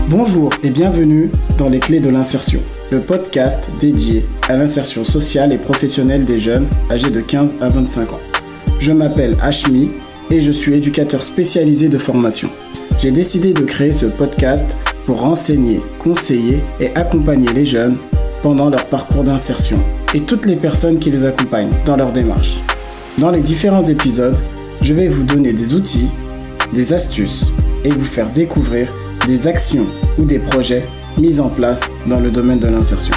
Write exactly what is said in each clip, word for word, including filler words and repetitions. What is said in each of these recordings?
Bonjour et bienvenue dans Les Clés de l'insertion, le podcast dédié à l'insertion sociale et professionnelle des jeunes âgés de quinze à vingt-cinq ans. Je m'appelle Hashmi et je suis éducateur spécialisé de formation. J'ai décidé de créer ce podcast pour renseigner, conseiller et accompagner les jeunes pendant leur parcours d'insertion et toutes les personnes qui les accompagnent dans leur démarche. Dans les différents épisodes, je vais vous donner des outils, des astuces et vous faire découvrir des actions ou des projets mis en place dans le domaine de l'insertion.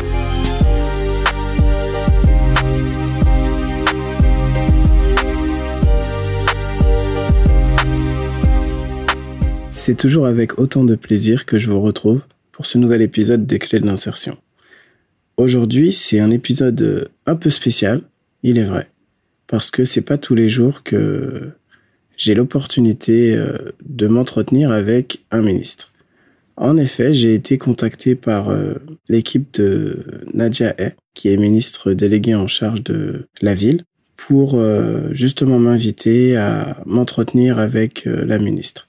C'est toujours avec autant de plaisir que je vous retrouve pour ce nouvel épisode des Clés de l'insertion. Aujourd'hui, c'est un épisode un peu spécial, il est vrai, parce que c'est pas tous les jours que j'ai l'opportunité de m'entretenir avec un ministre. En effet, j'ai été contacté par euh, l'équipe de Nadia Hay, qui est ministre déléguée en charge de la ville, pour euh, justement m'inviter à m'entretenir avec euh, la ministre.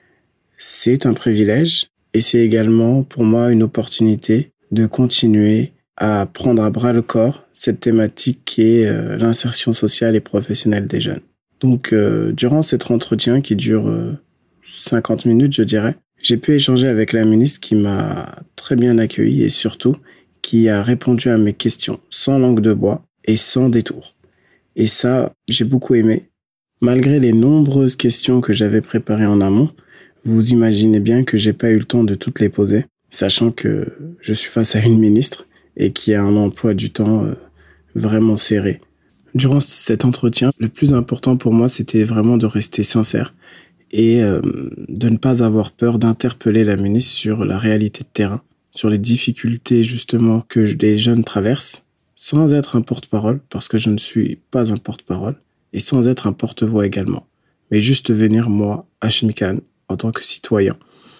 C'est un privilège et c'est également pour moi une opportunité de continuer à prendre à bras le corps cette thématique qui est euh, l'insertion sociale et professionnelle des jeunes. Donc, euh, durant cet entretien qui dure euh, cinquante minutes, je dirais, j'ai pu échanger avec la ministre qui m'a très bien accueilli et surtout qui a répondu à mes questions sans langue de bois et sans détour. Et ça, j'ai beaucoup aimé. Malgré les nombreuses questions que j'avais préparées en amont, vous imaginez bien que j'ai pas eu le temps de toutes les poser, sachant que je suis face à une ministre et qui a un emploi du temps euh, vraiment serré. Durant cet entretien, le plus important pour moi, c'était vraiment de rester sincère et euh, de ne pas avoir peur d'interpeller la ministre sur la réalité de terrain, sur les difficultés justement que les jeunes traversent, sans être un porte-parole, parce que je ne suis pas un porte-parole, et sans être un porte-voix également. Mais juste venir, moi, Hashmi Khan, en tant que citoyen,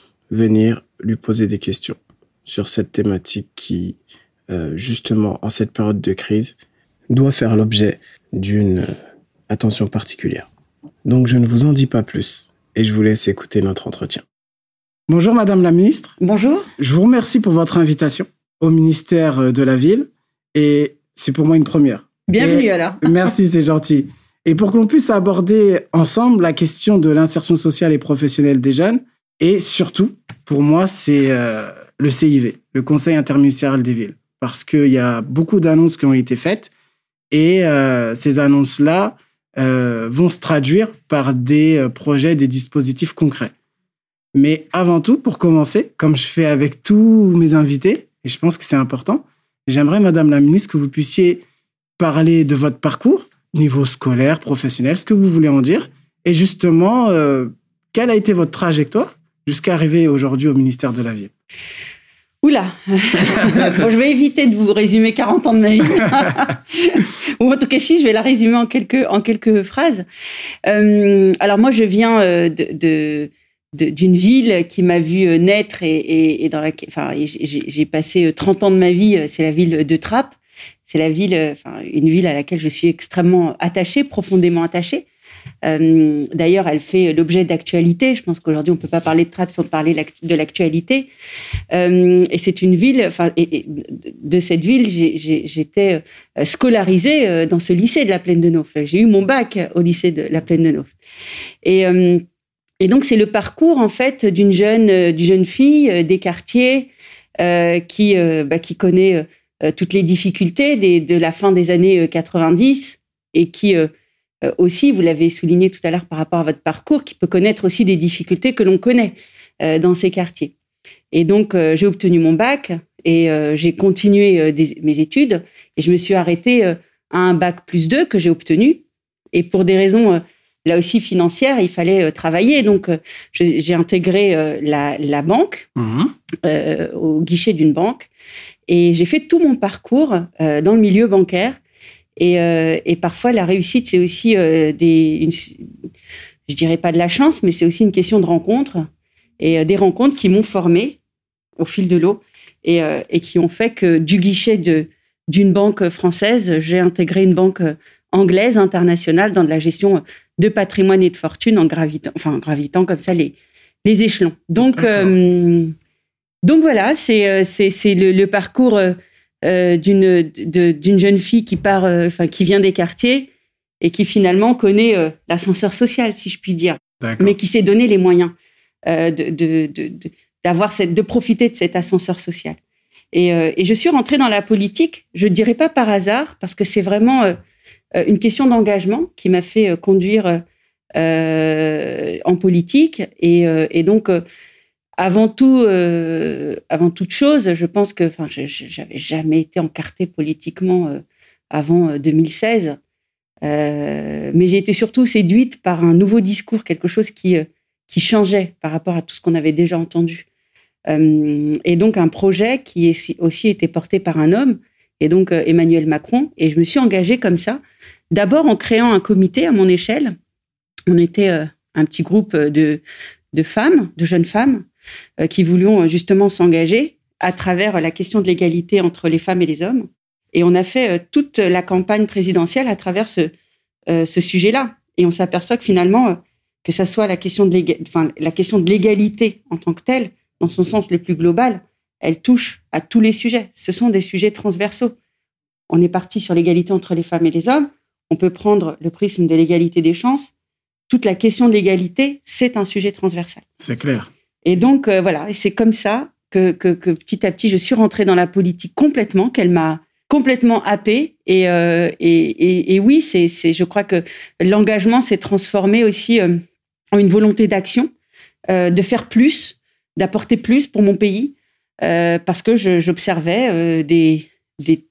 venir lui poser des questions sur cette thématique qui, euh, justement, en cette période de crise, doit faire l'objet d'une euh, attention particulière. Donc je ne vous en dis pas plus. Et je vous laisse écouter notre entretien. Bonjour Madame la Ministre. Bonjour. Je vous remercie pour votre invitation au ministère de la Ville. Et c'est pour moi une première. Bienvenue et alors. Merci, c'est gentil. Et pour que l'on puisse aborder ensemble la question de l'insertion sociale et professionnelle des jeunes, et surtout, pour moi, c'est euh, le C I V, le Conseil interministériel des villes. Parce qu'il y a beaucoup d'annonces qui ont été faites. Et euh, ces annonces-là, Euh, vont se traduire par des euh, projets, des dispositifs concrets. Mais avant tout, pour commencer, comme je fais avec tous mes invités, et je pense que c'est important, j'aimerais, Madame la Ministre, que vous puissiez parler de votre parcours, niveau scolaire, professionnel, ce que vous voulez en dire, et justement, euh, quelle a été votre trajectoire jusqu'à arriver aujourd'hui au ministère de la Ville? Oula bon, je vais éviter de vous résumer quarante ans de ma vie. Ou en tout cas, si, je vais la résumer en quelques, en quelques phrases. Euh, alors moi, je viens de, de, de, d'une ville qui m'a vue naître et, et, et dans laquelle, enfin, j'ai, j'ai passé trente ans de ma vie, c'est la ville de Trappes. C'est la ville, enfin, une ville à laquelle je suis extrêmement attachée, profondément attachée. Euh, d'ailleurs, elle fait l'objet d'actualité. Je pense qu'aujourd'hui, on ne peut pas parler de Trappes sans parler de l'actualité. Euh, et c'est une ville, enfin, et, et de cette ville, j'ai, j'ai, j'étais scolarisée dans ce lycée de la Plaine de Naufle. J'ai eu mon bac au lycée de la Plaine de Naufle. Et, euh, et donc, c'est le parcours, en fait, d'une jeune, d'une jeune fille des quartiers euh, qui, euh, bah, qui connaît euh, toutes les difficultés des, de la fin des années quatre-vingt-dix et qui... Euh, Euh, aussi, vous l'avez souligné tout à l'heure par rapport à votre parcours, qui peut connaître aussi des difficultés que l'on connaît euh, dans ces quartiers. Et donc, euh, j'ai obtenu mon bac et euh, j'ai continué euh, des, mes études et je me suis arrêtée euh, à un bac plus deux que j'ai obtenu. Et pour des raisons, euh, là aussi financières, il fallait euh, travailler. Donc, euh, je, j'ai intégré euh, la, la banque, mmh. euh, au guichet d'une banque. Et j'ai fait tout mon parcours euh, dans le milieu bancaire. Et, euh, et parfois, la réussite, c'est aussi euh, des, une, je dirais pas de la chance, mais c'est aussi une question de rencontre et euh, des rencontres qui m'ont formée au fil de l'eau et, euh, et qui ont fait que du guichet de, d'une banque française, j'ai intégré une banque anglaise internationale dans de la gestion de patrimoine et de fortune en gravitant, enfin, en gravitant comme ça les, les échelons. Donc, euh, donc voilà, c'est, c'est, c'est le, le parcours euh, d'une, de, d'une jeune fille qui part, euh, enfin, qui vient des quartiers et qui finalement connaît euh, l'ascenseur social, si je puis dire, D'accord. mais qui s'est donné les moyens euh, de, de, de, de, d'avoir cette, de profiter de cet ascenseur social. Et, euh, et je suis rentrée dans la politique, je ne dirais pas par hasard, parce que c'est vraiment euh, une question d'engagement qui m'a fait euh, conduire euh, en politique. Et, euh, et donc, euh, avant tout, euh, avant toute chose, je pense que, enfin, je n'avais jamais été encartée politiquement euh, avant deux mille seize. Euh, mais j'ai été surtout séduite par un nouveau discours, quelque chose qui, euh, qui changeait par rapport à tout ce qu'on avait déjà entendu. Euh, et donc, un projet qui est aussi été porté par un homme, et donc euh, Emmanuel Macron. Et je me suis engagée comme ça, d'abord en créant un comité à mon échelle. On était euh, un petit groupe de, de femmes, de jeunes femmes, euh, qui voulions justement s'engager à travers la question de l'égalité entre les femmes et les hommes. Et on a fait euh, toute la campagne présidentielle à travers ce, euh, ce sujet-là. Et on s'aperçoit que finalement, euh, que ça soit la question de l'éga- enfin, la question de l'égalité en tant que telle, dans son sens le plus global, elle touche à tous les sujets. Ce sont des sujets transversaux. On est parti sur l'égalité entre les femmes et les hommes. On peut prendre le prisme de l'égalité des chances. Toute la question de l'égalité, c'est un sujet transversal. C'est clair. Et donc, euh, voilà, et c'est comme ça que, que, que petit à petit, je suis rentrée dans la politique complètement, qu'elle m'a complètement happée. Et, euh, et, et, et oui, c'est, c'est, je crois que l'engagement s'est transformé aussi euh, en une volonté d'action, euh, de faire plus, d'apporter plus pour mon pays, euh, parce que je, j'observais euh, des, des,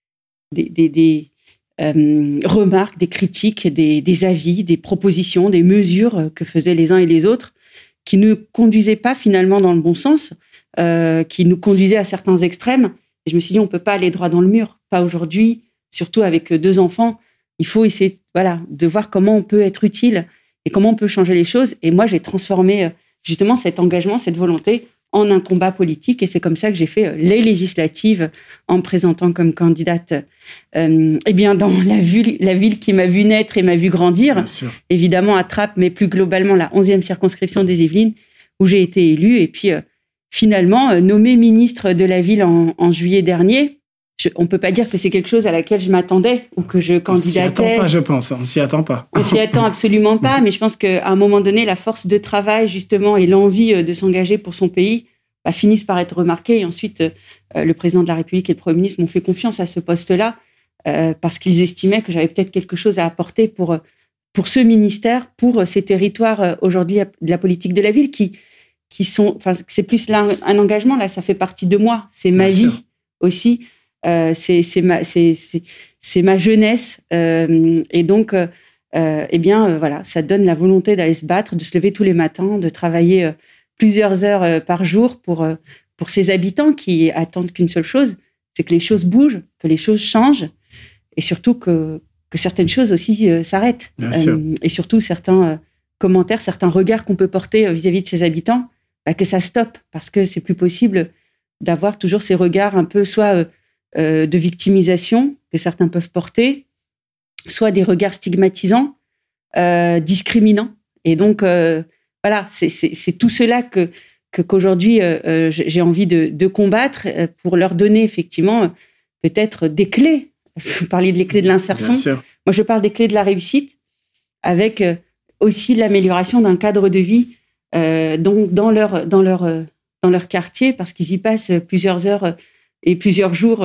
des, des, des euh, remarques, des critiques, des, des avis, des propositions, des mesures que faisaient les uns et les autres, qui ne conduisaient pas finalement dans le bon sens, euh, qui nous conduisaient à certains extrêmes. Et je me suis dit, on ne peut pas aller droit dans le mur, pas aujourd'hui, surtout avec deux enfants. Il faut essayer voilà, de voir comment on peut être utile et comment on peut changer les choses. Et moi, j'ai transformé justement cet engagement, cette volonté en un combat politique. Et c'est comme ça que j'ai fait les législatives en me présentant comme candidate euh, eh bien, dans la ville, la ville qui m'a vu naître et m'a vu grandir. Évidemment, à Trappes, mais plus globalement, la onzième circonscription des Yvelines, où j'ai été élue. Et puis, euh, finalement, euh, nommée ministre de la ville en, en juillet dernier. Je, on ne peut pas dire que c'est quelque chose à laquelle je m'attendais ou que je candidatais. On s'y attend pas, je pense. On s'y attend pas. On s'y attend absolument pas, mais je pense qu'à un moment donné, la force de travail, justement, et l'envie de s'engager pour son pays bah, finissent par être remarquées. Et ensuite, euh, le président de la République et le Premier ministre m'ont fait confiance à ce poste-là euh, parce qu'ils estimaient que j'avais peut-être quelque chose à apporter pour, pour ce ministère, pour ces territoires euh, aujourd'hui de la politique de la ville qui, qui sont... Enfin, c'est plus là un engagement, là, ça fait partie de moi. C'est ma Bien vie sûr. Aussi. Euh, c'est, c'est, ma, c'est, c'est, c'est ma jeunesse. Euh, et donc, euh, eh bien, euh, voilà, ça donne la volonté d'aller se battre, de se lever tous les matins, de travailler euh, plusieurs heures euh, par jour pour, euh, pour ces habitants qui attendent qu'une seule chose, c'est que les choses bougent, que les choses changent et surtout que, que certaines choses aussi euh, s'arrêtent. Euh, et surtout, certains euh, commentaires, certains regards qu'on peut porter euh, vis-à-vis de ces habitants, bah, que ça stoppe parce que c'est plus possible d'avoir toujours ces regards un peu soit... Euh, Euh, de victimisation que certains peuvent porter, soit des regards stigmatisants, euh, discriminants. Et donc, euh, voilà, c'est, c'est, c'est tout cela que, que, qu'aujourd'hui euh, j'ai envie de, de combattre pour leur donner effectivement peut-être des clés. Vous parliez de les clés de l'insertion. Moi, je parle des clés de la réussite avec aussi l'amélioration d'un cadre de vie euh, donc dans, leur, dans, leur, dans leur quartier parce qu'ils y passent plusieurs heures et plusieurs jours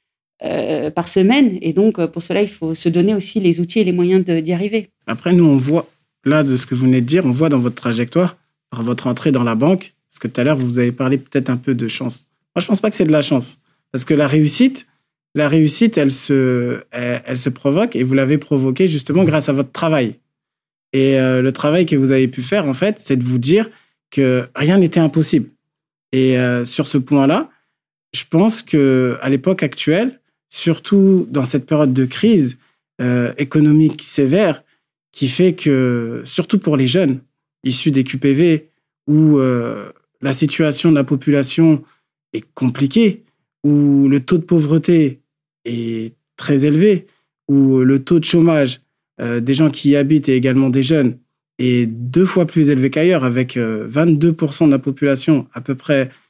euh, par semaine. Et donc, pour cela, il faut se donner aussi les outils et les moyens de, d'y arriver. Après, nous, on voit, là, de ce que vous venez de dire, on voit dans votre trajectoire, par votre entrée dans la banque, parce que tout à l'heure, vous avez parlé peut-être un peu de chance. Moi, je ne pense pas que c'est de la chance. Parce que la réussite, la réussite, elle se, elle, elle se provoque et vous l'avez provoquée justement grâce à votre travail. Et euh, le travail que vous avez pu faire, en fait, c'est de vous dire que rien n'était impossible. Et euh, sur ce point-là, je pense qu'à l'époque actuelle, surtout dans cette période de crise euh, économique sévère, qui fait que, surtout pour les jeunes issus des Q P V, où euh, la situation de la population est compliquée, où le taux de pauvreté est très élevé, où le taux de chômage euh, des gens qui y habitent et également des jeunes est deux fois plus élevé qu'ailleurs, avec euh, vingt-deux pour cent de la population à peu près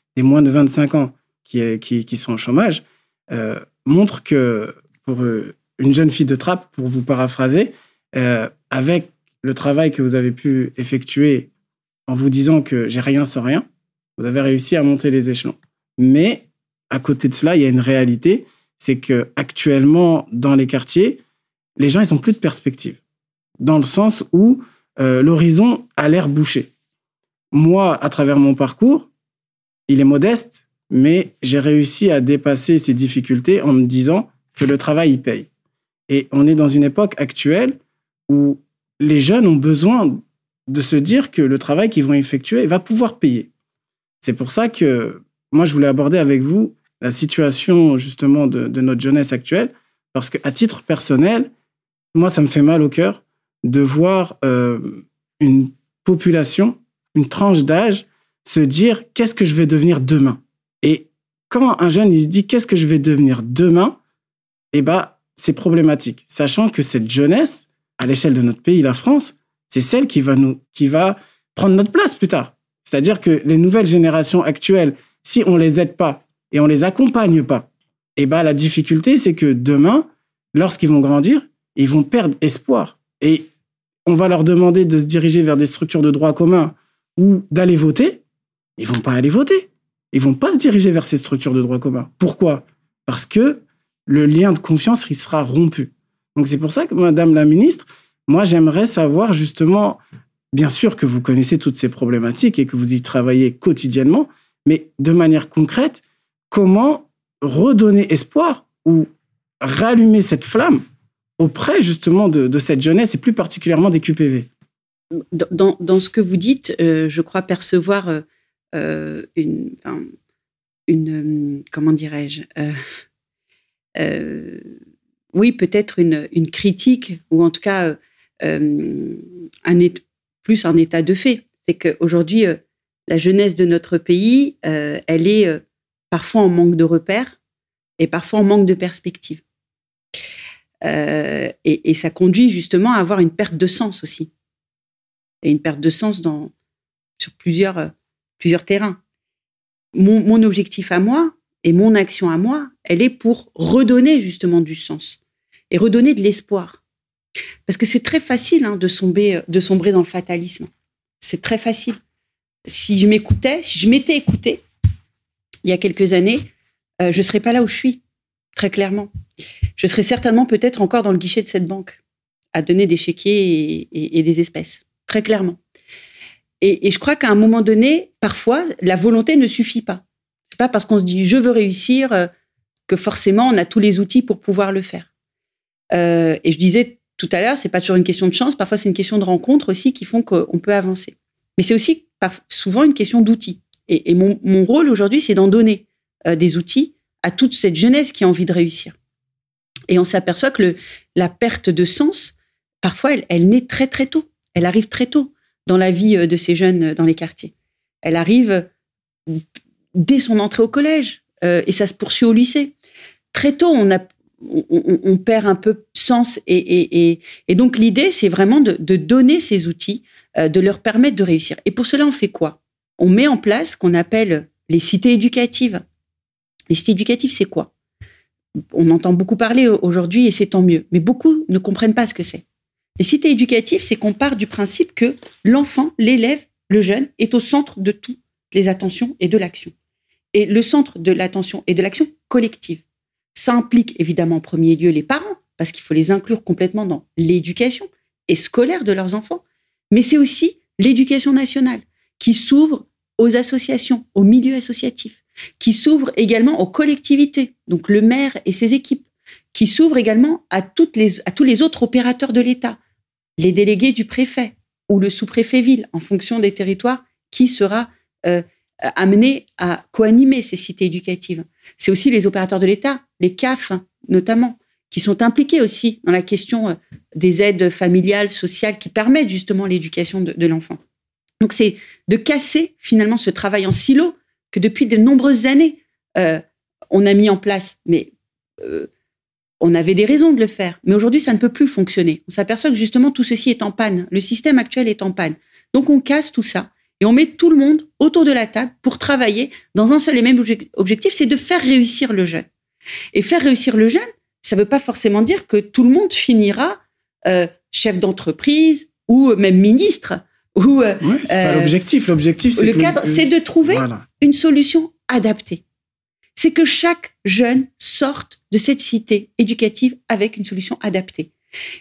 des moins de vingt-cinq ans qui, qui, qui sont au chômage, euh, montre que pour une jeune fille de trappe, pour vous paraphraser, euh, avec le travail que vous avez pu effectuer en vous disant que j'ai rien sans rien, vous avez réussi à monter les échelons. Mais à côté de cela, il y a une réalité, c'est qu'actuellement, dans les quartiers, les gens, ils n'ont plus de perspective, dans le sens où euh, l'horizon a l'air bouché. Moi, à travers mon parcours, il est modeste, mais j'ai réussi à dépasser ces difficultés en me disant que le travail, il paye. Et on est dans une époque actuelle où les jeunes ont besoin de se dire que le travail qu'ils vont effectuer va pouvoir payer. C'est pour ça que moi, je voulais aborder avec vous la situation justement de, de notre jeunesse actuelle, parce qu'à titre personnel, moi, ça me fait mal au cœur de voir euh, une population, une tranche d'âge, se dire « qu'est-ce que je vais devenir demain ?» Et quand un jeune il se dit « qu'est-ce que je vais devenir demain ?» eh ben, c'est problématique, sachant que cette jeunesse, à l'échelle de notre pays, la France, c'est celle qui va, nous, qui va prendre notre place plus tard. C'est-à-dire que les nouvelles générations actuelles, si on ne les aide pas et on ne les accompagne pas, eh ben, la difficulté, c'est que demain, lorsqu'ils vont grandir, ils vont perdre espoir. Et on va leur demander de se diriger vers des structures de droit commun ou d'aller voter. Ils ne vont pas aller voter. Ils ne vont pas se diriger vers ces structures de droit commun. Pourquoi ? Parce que le lien de confiance, il sera rompu. Donc, c'est pour ça que, Madame la Ministre, moi, j'aimerais savoir justement, bien sûr que vous connaissez toutes ces problématiques et que vous y travaillez quotidiennement, mais de manière concrète, comment redonner espoir ou rallumer cette flamme auprès justement de, de cette jeunesse et plus particulièrement des Q P V. Dans, dans ce que vous dites, euh, je crois percevoir euh, une, enfin, une, comment dirais-je, euh, euh, oui, peut-être une, une critique ou en tout cas euh, un, plus un état de fait. C'est qu'aujourd'hui, euh, la jeunesse de notre pays, euh, elle est euh, parfois en manque de repères et parfois en manque de perspectives. Euh, et, et ça conduit justement à avoir une perte de sens aussi. Et une perte de sens dans, sur plusieurs, euh, plusieurs terrains. Mon, mon objectif à moi et mon action à moi, elle est pour redonner justement du sens et redonner de l'espoir. Parce que c'est très facile hein, de, sombrer, de sombrer dans le fatalisme. C'est très facile. Si je m'écoutais, si je m'étais écoutée il y a quelques années, euh, je ne serais pas là où je suis, très clairement. Je serais certainement peut-être encore dans le guichet de cette banque, à donner des chéquiers et, et, et des espèces, très clairement. Et, et je crois qu'à un moment donné, parfois, la volonté ne suffit pas. C'est pas parce qu'on se dit « je veux réussir » euh, que forcément on a tous les outils pour pouvoir le faire. Euh, et je disais tout à l'heure, c'est pas toujours une question de chance, parfois c'est une question de rencontre aussi qui font qu'on peut avancer. Mais c'est aussi souvent une question d'outils. Et, et mon, mon rôle aujourd'hui, c'est d'en donner euh, des outils à toute cette jeunesse qui a envie de réussir. Et on s'aperçoit que le, la perte de sens, parfois, elle, elle naît très très tôt. Elle arrive très tôt dans la vie de ces jeunes dans les quartiers. Elle arrive dès son entrée au collège euh, et ça se poursuit au lycée. Très tôt, on, a, on, on, on perd un peu sens. Et, et, et, et donc, l'idée, c'est vraiment de, de donner ces outils, euh, de leur permettre de réussir. Et pour cela, on fait quoi ? On met en place ce qu'on appelle les cités éducatives. Les cités éducatives, c'est quoi ? On entend beaucoup parler aujourd'hui et c'est tant mieux. Mais beaucoup ne comprennent pas ce que c'est. Les cités éducatives, c'est qu'on part du principe que l'enfant, l'élève, le jeune, est au centre de toutes les attentions et de l'action. Et le centre de l'attention et de l'action collective. Ça implique évidemment en premier lieu les parents, parce qu'il faut les inclure complètement dans l'éducation et scolaire de leurs enfants. Mais c'est aussi l'éducation nationale qui s'ouvre aux associations, aux milieux associatifs, qui s'ouvre également aux collectivités, donc le maire et ses équipes, qui s'ouvre également à, toutes les, à tous les autres opérateurs de l'État, les délégués du préfet ou le sous-préfet ville, en fonction des territoires, qui sera euh, amené à co-animer ces cités éducatives. C'est aussi les opérateurs de l'État, les C A F notamment, qui sont impliqués aussi dans la question des aides familiales, sociales, qui permettent justement l'éducation de, de l'enfant. Donc c'est de casser finalement ce travail en silo que depuis de nombreuses années, euh, on a mis en place. Mais euh, on avait des raisons de le faire. Mais aujourd'hui, ça ne peut plus fonctionner. On s'aperçoit que justement, tout ceci est en panne. Le système actuel est en panne. Donc, on casse tout ça. et on met tout le monde autour de la table pour travailler dans un seul et même objectif, c'est de faire réussir le jeune. Et faire réussir le jeune, ça ne veut pas forcément dire que tout le monde finira euh, chef d'entreprise ou même ministre. Ou, euh, ouais, c'est pas l'objectif. L'objectif, c'est le que cadre, le... c'est de trouver voilà. une solution adaptée. C'est que chaque jeune sorte de cette cité éducative avec une solution adaptée.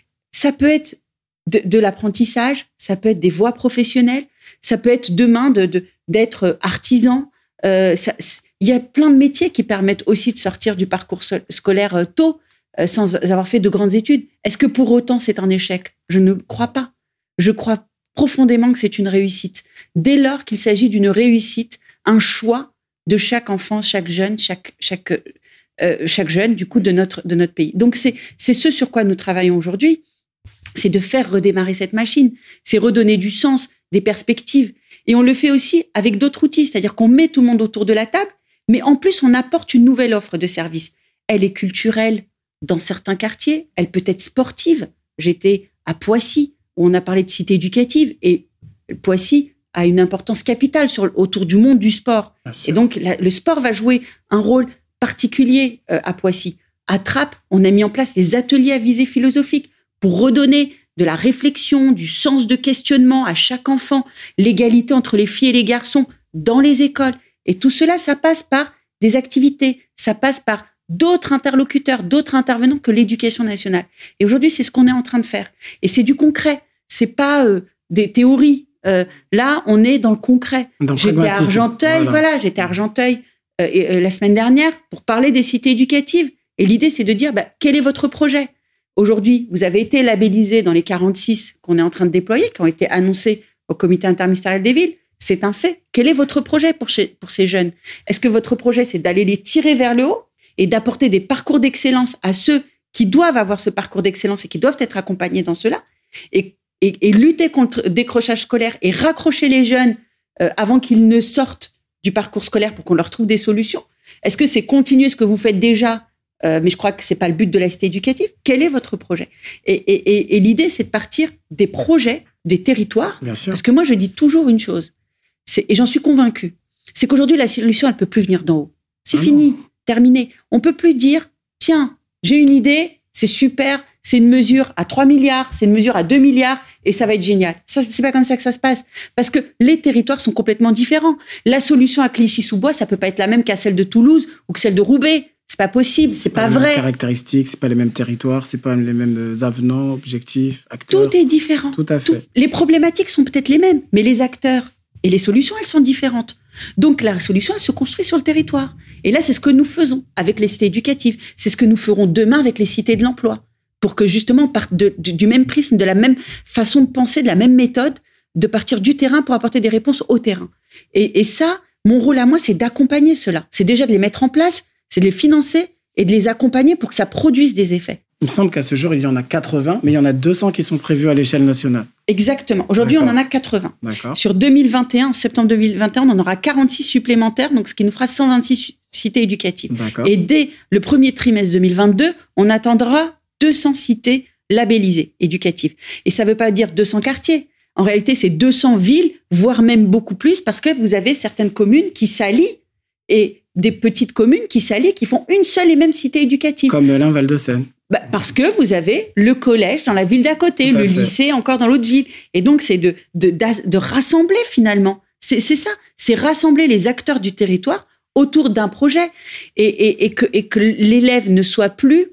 Ça peut être de, de l'apprentissage, ça peut être des voies professionnelles, ça peut être demain de, de, d'être artisan. Euh, ça, il y a plein de métiers qui permettent aussi de sortir du parcours scolaire euh, tôt, euh, sans avoir fait de grandes études. Est-ce que pour autant c'est un échec ? Je ne le crois pas. Je crois profondément que c'est une réussite. Dès lors qu'il s'agit d'une réussite, un choix de chaque enfant, chaque jeune, chaque, chaque, euh, chaque jeune du coup de notre, de notre pays. Donc c'est, c'est ce sur quoi nous travaillons aujourd'hui, c'est de faire redémarrer cette machine, c'est redonner du sens, des perspectives. Et on le fait aussi avec d'autres outils, c'est-à-dire qu'on met tout le monde autour de la table, mais en plus on apporte une nouvelle offre de service. Elle est culturelle dans certains quartiers, elle peut être sportive. J'étais à Poissy, où on a parlé de cité éducative, et Poissy a une importance capitale sur, autour du monde du sport. Et donc, la, le sport va jouer un rôle particulier euh, à Poissy. À Trappes, on a mis en place des ateliers à visée philosophique pour redonner de la réflexion, du sens de questionnement à chaque enfant, l'égalité entre les filles et les garçons dans les écoles. Et tout cela, ça passe par des activités, ça passe par d'autres interlocuteurs, d'autres intervenants que l'éducation nationale. Et aujourd'hui, c'est ce qu'on est en train de faire. Et c'est du concret, c'est pas euh, des théories. Euh, là, on est dans le concret. Dans j'étais à Argenteuil, voilà. voilà, j'étais à Argenteuil euh, et, euh, la semaine dernière pour parler des cités éducatives. Et l'idée, c'est de dire, bah, quel est votre projet ? Aujourd'hui, vous avez été labellisé dans les quarante-six qu'on est en train de déployer, qui ont été annoncés au comité interministériel des villes. C'est un fait. Quel est votre projet pour, chez, pour ces jeunes ? Est-ce que votre projet, c'est d'aller les tirer vers le haut et d'apporter des parcours d'excellence à ceux qui doivent avoir ce parcours d'excellence et qui doivent être accompagnés dans cela, et, et, et lutter contre le décrochage scolaire et raccrocher les jeunes euh, avant qu'ils ne sortent du parcours scolaire pour qu'on leur trouve des solutions? Est-ce que c'est continuer ce que vous faites déjà, euh, mais je crois que c'est pas le but de la cité éducative? Quel est votre projet? et, et, et, et l'idée, c'est de partir des projets, des territoires, parce que moi, je dis toujours une chose, c'est, et j'en suis convaincue, c'est qu'aujourd'hui, la solution, elle peut plus venir d'en haut. C'est ah fini. Non. Terminé. On peut plus dire, tiens, j'ai une idée, c'est super, c'est une mesure à trois milliards, c'est une mesure à deux milliards, et ça va être génial. Ça, c'est pas comme ça que ça se passe. Parce que les territoires sont complètement différents. La solution à Clichy-sous-Bois, ça peut pas être la même qu'à celle de Toulouse ou que celle de Roubaix. C'est pas possible, c'est, c'est pas, pas vrai. C'est pas les mêmes caractéristiques, c'est pas les mêmes territoires, c'est pas les mêmes avenants, objectifs, acteurs. Tout est différent. Tout à fait. Tout, les problématiques sont peut-être les mêmes, mais les acteurs et les solutions, elles sont différentes. Donc, la solution, elle se construit sur le territoire. Et là, c'est ce que nous faisons avec les cités éducatives. C'est ce que nous ferons demain avec les cités de l'emploi. Pour que, justement, on parte de, de, du même prisme, de la même façon de penser, de la même méthode, de partir du terrain pour apporter des réponses au terrain. Et, et ça, mon rôle à moi, c'est d'accompagner cela. C'est déjà de les mettre en place, c'est de les financer et de les accompagner pour que ça produise des effets. Il me semble qu'à ce jour, il y en a quatre-vingts, mais il y en a deux cents qui sont prévus à l'échelle nationale. Exactement. Aujourd'hui, D'accord. on en a quatre-vingts. D'accord. Sur deux mille vingt et un, en septembre deux mille vingt et un, on en aura quarante-six supplémentaires, donc ce qui nous fera cent vingt-six cités éducatives. D'accord. Et dès le premier trimestre deux mille vingt-deux, on attendra deux cents cités labellisées éducatives. Et ça ne veut pas dire deux cents quartiers. En réalité, c'est deux cents villes, voire même beaucoup plus, parce que vous avez certaines communes qui s'allient et des petites communes qui s'allient, qui font une seule et même cité éducative. Comme Melun, Val-de-Seine. Bah, parce que vous avez le collège dans la ville d'à côté, le fait. lycée encore dans l'autre ville. Et donc, c'est de, de, de rassembler finalement. C'est, c'est ça, c'est rassembler les acteurs du territoire autour d'un projet et, et, et, que, et que l'élève ne soit plus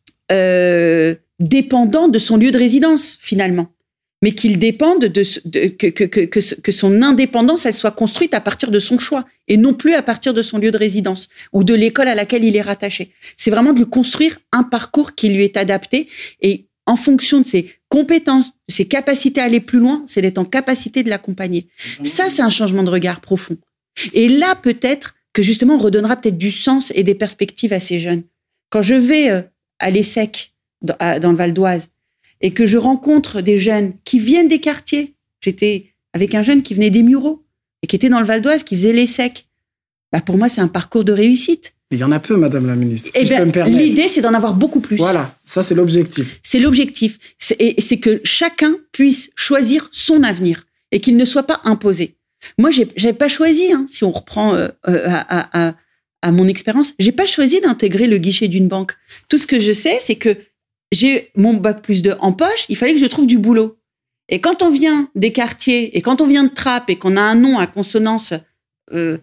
euh, dépendant de son lieu de résidence finalement, mais qu'il dépende de, de que, que, que, que son indépendance, elle soit construite à partir de son choix et non plus à partir de son lieu de résidence ou de l'école à laquelle il est rattaché. C'est vraiment de lui construire un parcours qui lui est adapté et en fonction de ses compétences, de ses capacités à aller plus loin, c'est d'être en capacité de l'accompagner. Ça, c'est un changement de regard profond. Et là, peut-être que justement, on redonnera peut-être du sens et des perspectives à ces jeunes. Quand je vais à l'ESSEC, dans, dans le Val d'Oise, et que je rencontre des jeunes qui viennent des quartiers. J'étais avec un jeune qui venait des Mureaux et qui était dans le Val d'Oise, qui faisait l'ESSEC. Bah pour moi, c'est un parcours de réussite. Il y en a peu, Madame la Ministre, si eh je bien, peux me permettre. L'idée, c'est d'en avoir beaucoup plus. Voilà, ça, c'est l'objectif. C'est l'objectif. C'est, et c'est que chacun puisse choisir son avenir et qu'il ne soit pas imposé. Moi, j'ai, j'avais pas choisi, hein, si on reprend euh, à, à, à mon expérience, j'ai pas choisi d'intégrer le guichet d'une banque. Tout ce que je sais, c'est que j'ai mon bac plus deux en poche, il fallait que je trouve du boulot. Et quand on vient des quartiers, et quand on vient de Trappes, et qu'on a un nom à consonance euh,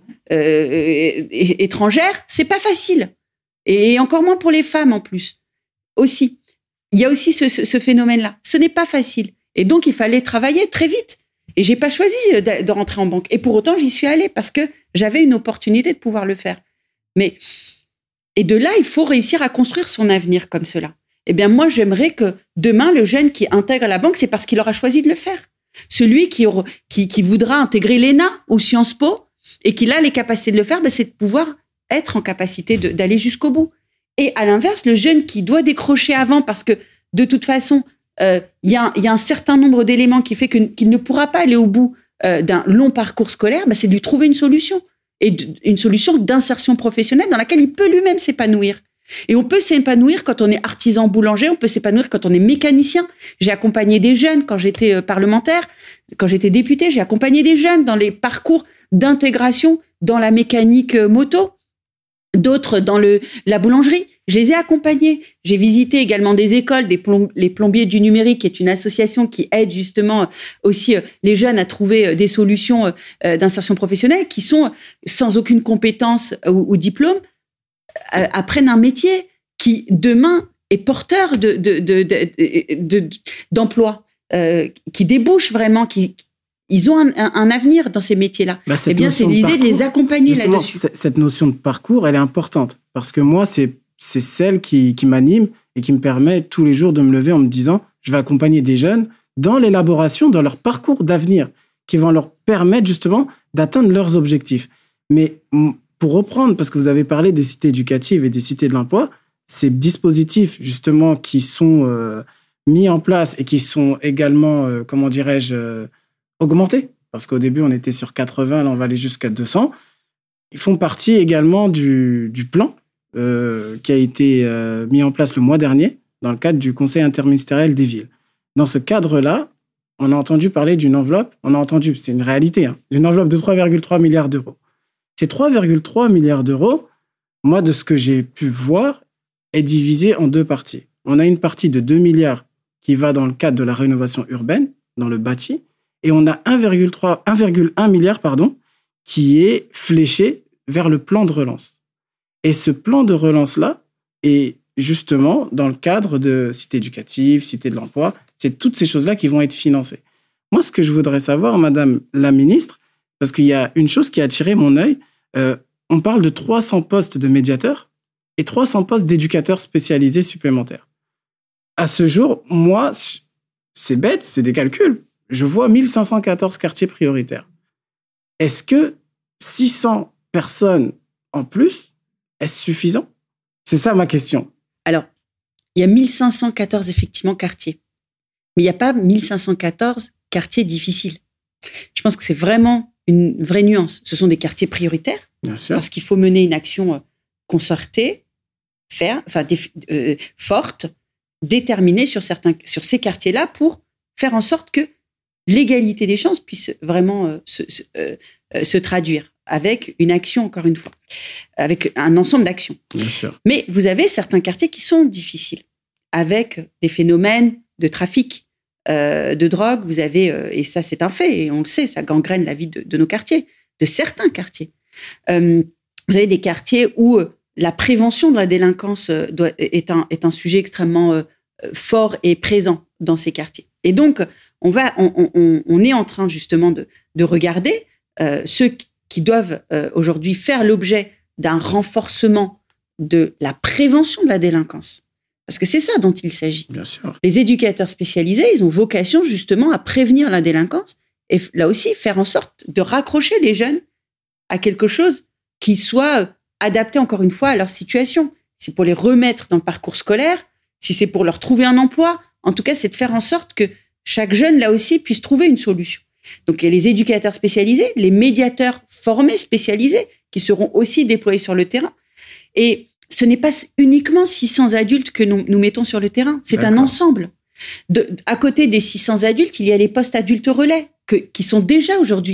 euh, étrangère, c'est pas facile. Et encore moins pour les femmes, en plus. Aussi. Il y a aussi ce, ce, ce phénomène-là. Ce n'est pas facile. Et donc, il fallait travailler très vite. Et j'ai pas choisi de, de rentrer en banque. Et pour autant, j'y suis allée parce que j'avais une opportunité de pouvoir le faire. Mais, et de là, il faut réussir à construire son avenir comme cela. Eh bien, moi, j'aimerais que demain, le jeune qui intègre la banque, c'est parce qu'il aura choisi de le faire. Celui qui, aura, qui, qui voudra intégrer l'E N A ou Sciences Po et qui a les capacités de le faire, ben, c'est de pouvoir être en capacité de, d'aller jusqu'au bout. Et à l'inverse, le jeune qui doit décrocher avant parce que, de toute façon, il euh, y, y a un certain nombre d'éléments qui fait que, qu'il ne pourra pas aller au bout euh, d'un long parcours scolaire, ben, c'est de lui trouver une solution. Et d- une solution d'insertion professionnelle dans laquelle il peut lui-même s'épanouir. Et on peut s'épanouir quand on est artisan boulanger, on peut s'épanouir quand on est mécanicien. J'ai accompagné des jeunes quand j'étais euh, parlementaire, quand j'étais députée, j'ai accompagné des jeunes dans les parcours d'intégration dans la mécanique euh, moto, d'autres dans le, la boulangerie. Je les ai accompagnés. J'ai visité également des écoles, des plomb- les plombiers du numérique, qui est une association qui aide justement aussi euh, les jeunes à trouver euh, des solutions euh, d'insertion professionnelle, qui sont sans aucune compétence ou, ou diplôme, euh, apprennent un métier qui demain est porteur de, de, de, de, de, de, d'emploi, euh, qui débouche vraiment, qui ils ont un, un, un avenir dans ces métiers-là. Bah, eh bien, c'est l'idée de, parcours, de les accompagner là-dessus. Cette notion de parcours, elle est importante parce que moi, c'est c'est celle qui, qui m'anime et qui me permet tous les jours de me lever en me disant je vais accompagner des jeunes dans l'élaboration, dans leur parcours d'avenir, qui vont leur permettre justement d'atteindre leurs objectifs. Mais pour reprendre, parce que vous avez parlé des cités éducatives et des cités de l'emploi, ces dispositifs justement qui sont euh, mis en place et qui sont également, euh, comment dirais-je, euh, augmentés, parce qu'au début on était sur quatre-vingts, là on va aller jusqu'à deux cents, ils font partie également du, du plan Euh, qui a été euh, mis en place le mois dernier dans le cadre du Conseil interministériel des villes. Dans ce cadre-là, on a entendu parler d'une enveloppe, on a entendu, c'est une réalité, hein, d'une enveloppe de trois virgule trois milliards d'euros. Ces trois virgule trois milliards d'euros, moi, de ce que j'ai pu voir, est divisé en deux parties. On a une partie de deux milliards qui va dans le cadre de la rénovation urbaine, dans le bâti, et on a un virgule un milliard pardon, qui est fléché vers le plan de relance. Et ce plan de relance-là est justement dans le cadre de cité éducative, cité de l'emploi. C'est toutes ces choses-là qui vont être financées. Moi, ce que je voudrais savoir, Madame la Ministre, parce qu'il y a une chose qui a attiré mon œil, euh, on parle de trois cents postes de médiateurs et trois cents postes d'éducateurs spécialisés supplémentaires. À ce jour, moi, c'est bête, c'est des calculs. Je vois mille cinq cent quatorze quartiers prioritaires. Est-ce que six cents personnes en plus, est-ce suffisant? C'est ça ma question. Alors, il y a mille cinq cent quatorze effectivement quartiers. Mais il n'y a pas mille cinq cent quatorze quartiers difficiles. Je pense que c'est vraiment une vraie nuance. Ce sont des quartiers prioritaires. Bien sûr. Parce qu'il faut mener une action concertée, faire, enfin, déf, euh, forte, déterminée sur, certains, sur ces quartiers-là pour faire en sorte que l'égalité des chances puisse vraiment euh, se, se, euh, se traduire avec une action, encore une fois, avec un ensemble d'actions. Bien sûr. Mais vous avez certains quartiers qui sont difficiles, avec des phénomènes de trafic, euh, de drogue. Vous avez, euh, et ça c'est un fait, et on le sait, ça gangrène la vie de, de nos quartiers, de certains quartiers. Euh, vous avez des quartiers où la prévention de la délinquance doit, est, un, est un sujet extrêmement euh, fort et présent dans ces quartiers. Et donc, on, va, on, on, on est en train justement de, de regarder euh, ceux qui qui doivent euh, aujourd'hui faire l'objet d'un renforcement de la prévention de la délinquance. Parce que c'est ça dont il s'agit. Bien sûr. Les éducateurs spécialisés, ils ont vocation justement à prévenir la délinquance et là aussi faire en sorte de raccrocher les jeunes à quelque chose qui soit adapté encore une fois à leur situation. Si c'est pour les remettre dans le parcours scolaire, si c'est pour leur trouver un emploi, en tout cas, c'est de faire en sorte que chaque jeune, là aussi, puisse trouver une solution. Donc, il y a les éducateurs spécialisés, les médiateurs formés, spécialisés, qui seront aussi déployés sur le terrain. Et ce n'est pas uniquement six cents adultes que nous, nous mettons sur le terrain, c'est D'accord. un ensemble. De, à côté des six cents adultes, il y a les postes adultes relais que, qui sont déjà aujourd'hui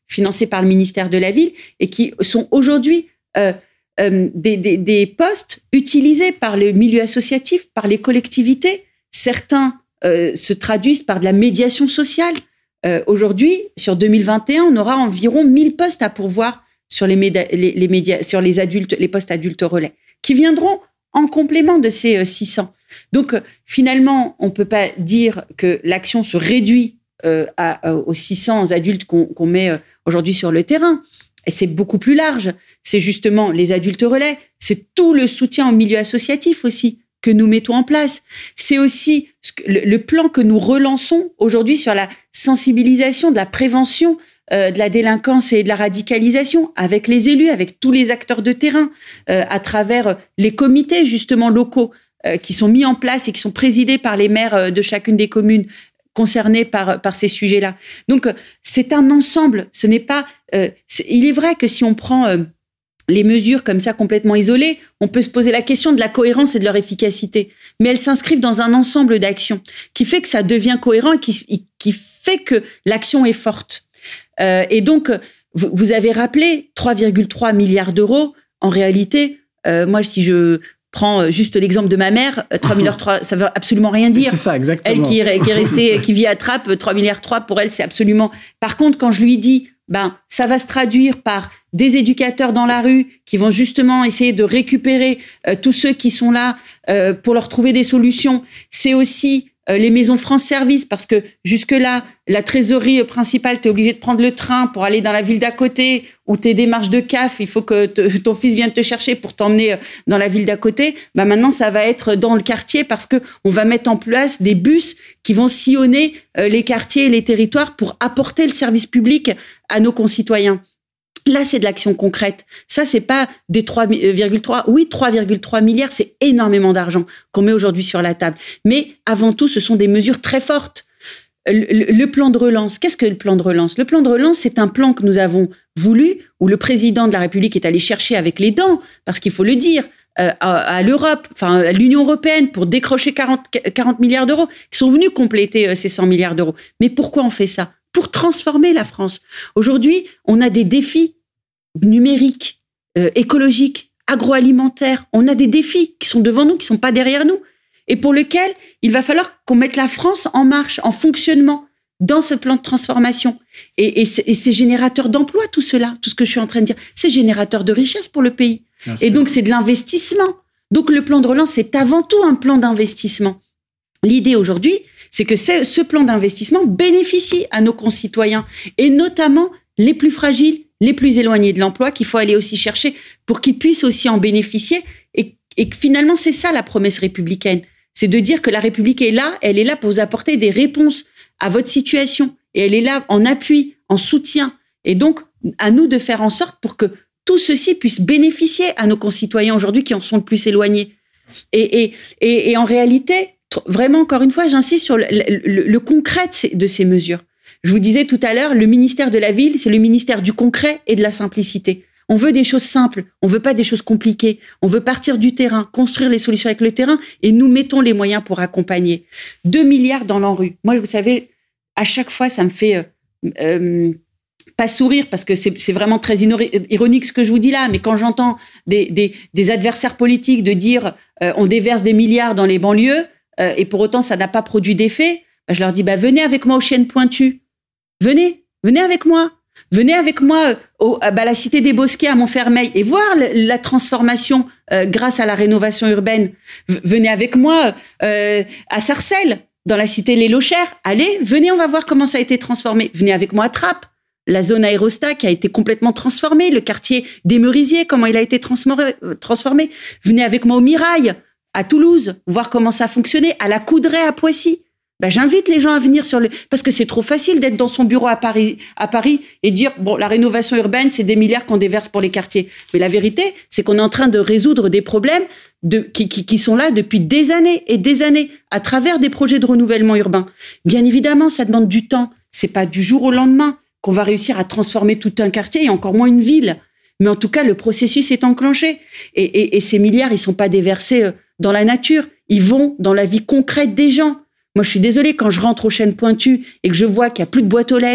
financés par le ministère de la Ville et qui sont aujourd'hui euh, euh, des, des, des postes utilisés par le milieu associatif, par les collectivités. Certains euh, se traduisent par de la médiation sociale. Euh, aujourd'hui, sur deux mille vingt et un, on aura environ mille postes à pourvoir sur les, méda- les, les médias, sur les adultes, les postes adultes relais, qui viendront en complément de ces euh, six cents. Donc, euh, finalement, on peut pas dire que l'action se réduit euh, à, euh, aux six cents adultes qu'on, qu'on met euh, aujourd'hui sur le terrain. Et c'est beaucoup plus large. C'est justement les adultes relais. C'est tout le soutien au milieu associatif aussi que nous mettons en place. C'est aussi le, le plan que nous relançons aujourd'hui sur la sensibilisation, de la prévention euh, de la délinquance et de la radicalisation avec les élus, avec tous les acteurs de terrain, euh, à travers les comités justement locaux euh, qui sont mis en place et qui sont présidés par les maires de chacune des communes concernées par, par ces sujets-là. Donc, c'est un ensemble. Ce n'est pas... Euh, c'est, il est vrai que si on prend... Euh, les mesures comme ça complètement isolées, on peut se poser la question de la cohérence et de leur efficacité. Mais elles s'inscrivent dans un ensemble d'actions qui fait que ça devient cohérent et qui, qui fait que l'action est forte. Euh, et donc, vous, vous avez rappelé trois virgule trois milliards d'euros. En réalité, euh, moi, si je prends juste l'exemple de ma mère, trois milliards trois, ça veut absolument rien dire. C'est ça, exactement. Elle qui est, qui est restée, qui vit à Trappes, trois milliards trois, pour elle, c'est absolument... Par contre, quand je lui dis, ben, ça va se traduire par des éducateurs dans la rue qui vont justement essayer de récupérer euh, tous ceux qui sont là euh, pour leur trouver des solutions. C'est aussi euh, les maisons France Service, parce que jusque-là, la trésorerie principale, tu es obligé de prendre le train pour aller dans la ville d'à côté, ou tes démarches de C A F, il faut que te, ton fils vienne te chercher pour t'emmener dans la ville d'à côté. Ben maintenant, ça va être dans le quartier, parce que on va mettre en place des bus qui vont sillonner euh, les quartiers et les territoires pour apporter le service public à nos concitoyens. Là, c'est de l'action concrète. Ça, c'est pas des trois virgule trois. Oui, trois virgule trois milliards, c'est énormément d'argent qu'on met aujourd'hui sur la table. Mais avant tout, ce sont des mesures très fortes. Le, le, le plan de relance, qu'est-ce que le plan de relance ? Le plan de relance, c'est un plan que nous avons voulu, où le président de la République est allé chercher avec les dents, parce qu'il faut le dire, euh, à, à l'Europe, enfin à l'Union européenne, pour décrocher quarante, quarante milliards d'euros, qui sont venus compléter euh, ces cent milliards d'euros. Mais pourquoi on fait ça ? Pour transformer la France. Aujourd'hui, on a des défis numériques, euh, écologiques, agroalimentaires. On a des défis qui sont devant nous, qui ne sont pas derrière nous, et pour lesquels il va falloir qu'on mette la France en marche, en fonctionnement, dans ce plan de transformation. Et, et, c'est, et c'est générateur d'emplois, tout cela, tout ce que je suis en train de dire. C'est générateur de richesse pour le pays. Bien et sûr. Donc, c'est de l'investissement. Donc, le plan de relance, c'est avant tout un plan d'investissement. L'idée aujourd'hui, c'est que ce plan d'investissement bénéficie à nos concitoyens, et notamment les plus fragiles, les plus éloignés de l'emploi, qu'il faut aller aussi chercher pour qu'ils puissent aussi en bénéficier. Et, et finalement, c'est ça la promesse républicaine. C'est de dire que la République est là, elle est là pour vous apporter des réponses à votre situation. Et elle est là en appui, en soutien. Et donc, à nous de faire en sorte pour que tout ceci puisse bénéficier à nos concitoyens aujourd'hui qui en sont le plus éloignés. Et, et, et, et en réalité, vraiment, encore une fois, j'insiste sur le, le, le concret de ces mesures. Je vous disais tout à l'heure, le ministère de la Ville, c'est le ministère du concret et de la simplicité. On veut des choses simples, on veut pas des choses compliquées. On veut partir du terrain, construire les solutions avec le terrain, et nous mettons les moyens pour accompagner. Deux milliards dans l'ANRU. Moi, vous savez, à chaque fois, ça me fait euh, euh, pas sourire, parce que c'est, c'est vraiment très ironique ce que je vous dis là, mais quand j'entends des, des, des adversaires politiques de dire euh, on déverse des milliards dans les banlieues, euh, et pour autant ça n'a pas produit d'effet, bah, je leur dis bah, venez avec moi aux Chênes Pointus. Venez, venez avec moi. Venez avec moi au, à bah, la Cité des Bosquets à Montfermeil et voir le, la transformation euh, grâce à la rénovation urbaine. V- venez avec moi euh, à Sarcelles, dans la Cité Les Lochères. Allez, venez, on va voir comment ça a été transformé. Venez avec moi à Trappes, la zone Aérostat qui a été complètement transformée, le quartier des Merisiers, comment il a été transformé. transformé. Venez avec moi au Mirail, à Toulouse, voir comment ça a fonctionné, à la Coudray à Poissy. Ben, j'invite les gens à venir sur le, parce que c'est trop facile d'être dans son bureau à Paris, à Paris et dire, bon, la rénovation urbaine, c'est des milliards qu'on déverse pour les quartiers. Mais la vérité, c'est qu'on est en train de résoudre des problèmes de, qui, qui, qui sont là depuis des années et des années à travers des projets de renouvellement urbain. Bien évidemment, ça demande du temps. C'est pas du jour au lendemain qu'on va réussir à transformer tout un quartier et encore moins une ville. Mais en tout cas, le processus est enclenché. Et, et, et ces milliards, ils sont pas déversés dans la nature. Ils vont dans la vie concrète des gens. Moi, je suis désolée, quand je rentre aux Chênes Pointus et que je vois qu'il n'y a plus de boîte aux lettres,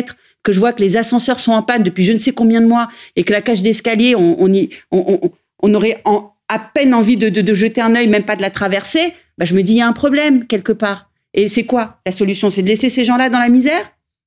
que je vois que les ascenseurs sont en panne depuis je ne sais combien de mois et que la cage d'escalier, on, on, y, on, on, on aurait en, à peine envie de, de, de jeter un œil, même pas de la traverser, bah je me dis, il y a un problème quelque part. Et c'est quoi la solution? C'est de laisser ces gens-là dans la misère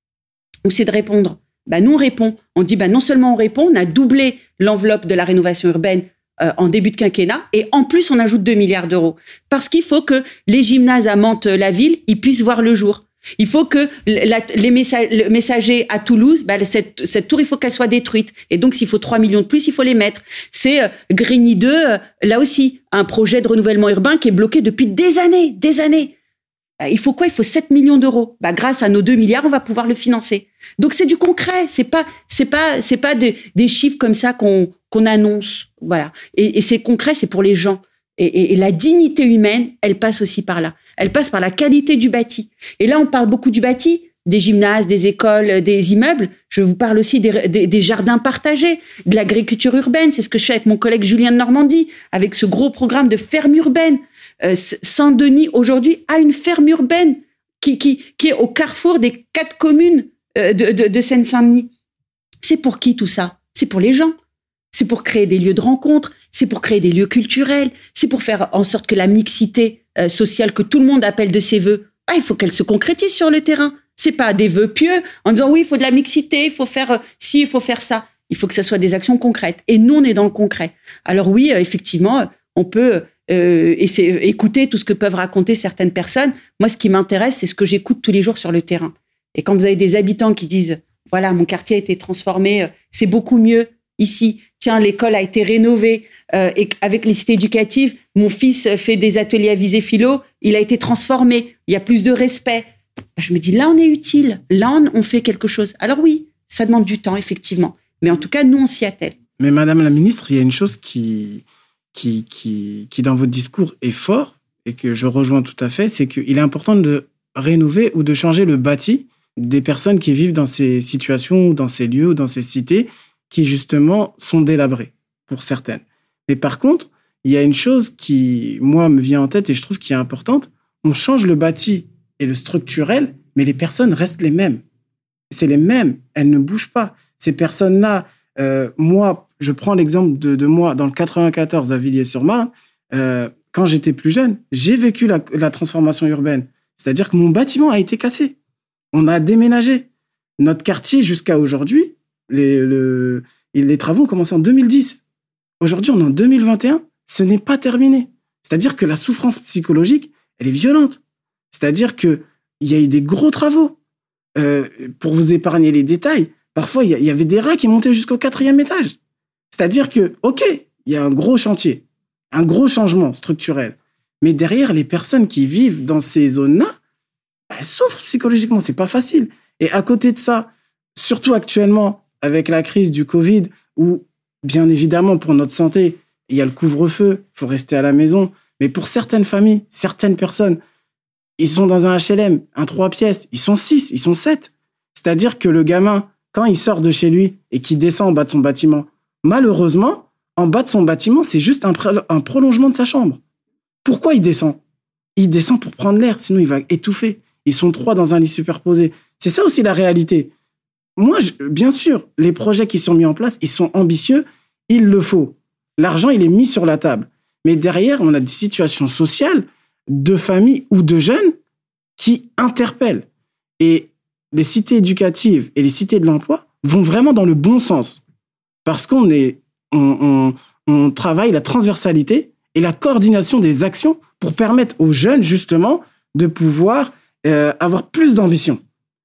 ou c'est de répondre? Bah nous, on répond. On dit, bah non seulement on répond, on a doublé l'enveloppe de la rénovation urbaine euh, en début de quinquennat et en plus, on ajoute deux milliards d'euros. Parce qu'il faut que les gymnases à Mantes-la-Ville, ils puissent voir le jour. Il faut que la, les messa- le messager à Toulouse, bah, cette, cette tour, il faut qu'elle soit détruite. Et donc, s'il faut trois millions de plus, il faut les mettre. C'est euh, Grigny deux, euh, là aussi, un projet de renouvellement urbain qui est bloqué depuis des années, des années. Bah, il faut quoi? Il faut sept millions d'euros. Bah, grâce à nos deux milliards, on va pouvoir le financer. Donc, c'est du concret. C'est pas, c'est pas, c'est pas de, des chiffres comme ça qu'on, qu'on annonce. Voilà. Et, et c'est concret, c'est pour les gens. Et, et, et la dignité humaine, elle passe aussi par là. Elle passe par la qualité du bâti. Et là, on parle beaucoup du bâti, des gymnases, des écoles, des immeubles. Je vous parle aussi des, des, des jardins partagés, de l'agriculture urbaine. C'est ce que je fais avec mon collègue Julien de Normandie, avec ce gros programme de ferme urbaine. Euh, Saint-Denis, aujourd'hui, a une ferme urbaine qui, qui, qui est au carrefour des quatre communes euh, de, de, de Seine-Saint-Denis. C'est pour qui tout ça? C'est pour les gens. C'est pour créer des lieux de rencontre, c'est pour créer des lieux culturels, c'est pour faire en sorte que la mixité euh, sociale que tout le monde appelle de ses vœux, ah, il faut qu'elle se concrétise sur le terrain. C'est pas des vœux pieux en disant oui, il faut de la mixité, il faut faire euh, ci, il faut faire ça. Il faut que ça soit des actions concrètes. Et nous, on est dans le concret. Alors oui, euh, effectivement, on peut euh, essayer, écouter tout ce que peuvent raconter certaines personnes. Moi, ce qui m'intéresse, c'est ce que j'écoute tous les jours sur le terrain. Et quand vous avez des habitants qui disent voilà, mon quartier a été transformé, euh, c'est beaucoup mieux ici. Tiens, l'école a été rénovée euh, et avec les cités éducatives, mon fils fait des ateliers à visée philo, il a été transformé, il y a plus de respect. Je me dis, là, on est utile, là, on, on fait quelque chose. Alors oui, ça demande du temps, effectivement. Mais en tout cas, nous, on s'y attelle. Mais Madame la Ministre, il y a une chose qui, qui, qui, qui, dans votre discours, est fort et que je rejoins tout à fait, c'est qu'il est important de rénover ou de changer le bâti des personnes qui vivent dans ces situations, ou dans ces lieux, ou dans ces cités, qui justement sont délabrées pour certaines. Mais par contre, il y a une chose qui, moi, me vient en tête et je trouve qui est importante. On change le bâti et le structurel, mais les personnes restent les mêmes. C'est les mêmes, elles ne bougent pas. Ces personnes-là, euh, moi, je prends l'exemple de, de moi dans le quatre-vingt-quatorze à Villiers-sur-Marne. Euh, quand j'étais plus jeune, j'ai vécu la, la transformation urbaine. C'est-à-dire que mon bâtiment a été cassé. On a déménagé. Notre quartier, jusqu'à aujourd'hui, Les, le, les travaux ont commencé en deux mille dix. Aujourd'hui, on est en deux mille vingt et un. Ce n'est pas terminé. C'est-à-dire que la souffrance psychologique, elle est violente. C'est-à-dire qu'il y a eu des gros travaux. Euh, pour vous épargner les détails, parfois, il y, y avait des rats qui montaient jusqu'au quatrième étage. C'est-à-dire que, OK, il y a un gros chantier, un gros changement structurel. Mais derrière, les personnes qui vivent dans ces zones-là, elles souffrent psychologiquement. C'est pas facile. Et à côté de ça, surtout actuellement, avec la crise du Covid, où, bien évidemment, pour notre santé, il y a le couvre-feu, il faut rester à la maison. Mais pour certaines familles, certaines personnes, ils sont dans un H L M, un trois pièces, ils sont six, ils sont sept. C'est-à-dire que le gamin, quand il sort de chez lui et qu'il descend en bas de son bâtiment, malheureusement, en bas de son bâtiment, c'est juste un, pré- un prolongement de sa chambre. Pourquoi il descend? Il descend pour prendre l'air, sinon il va étouffer. Ils sont trois dans un lit superposé. C'est ça aussi la réalité. Moi, je, bien sûr, les projets qui sont mis en place, ils sont ambitieux, il le faut. L'argent, il est mis sur la table. Mais derrière, on a des situations sociales de familles ou de jeunes qui interpellent. Et les cités éducatives et les cités de l'emploi vont vraiment dans le bon sens. Parce qu'on est, on, on, on travaille la transversalité et la coordination des actions pour permettre aux jeunes, justement, de pouvoir euh, avoir plus d'ambition.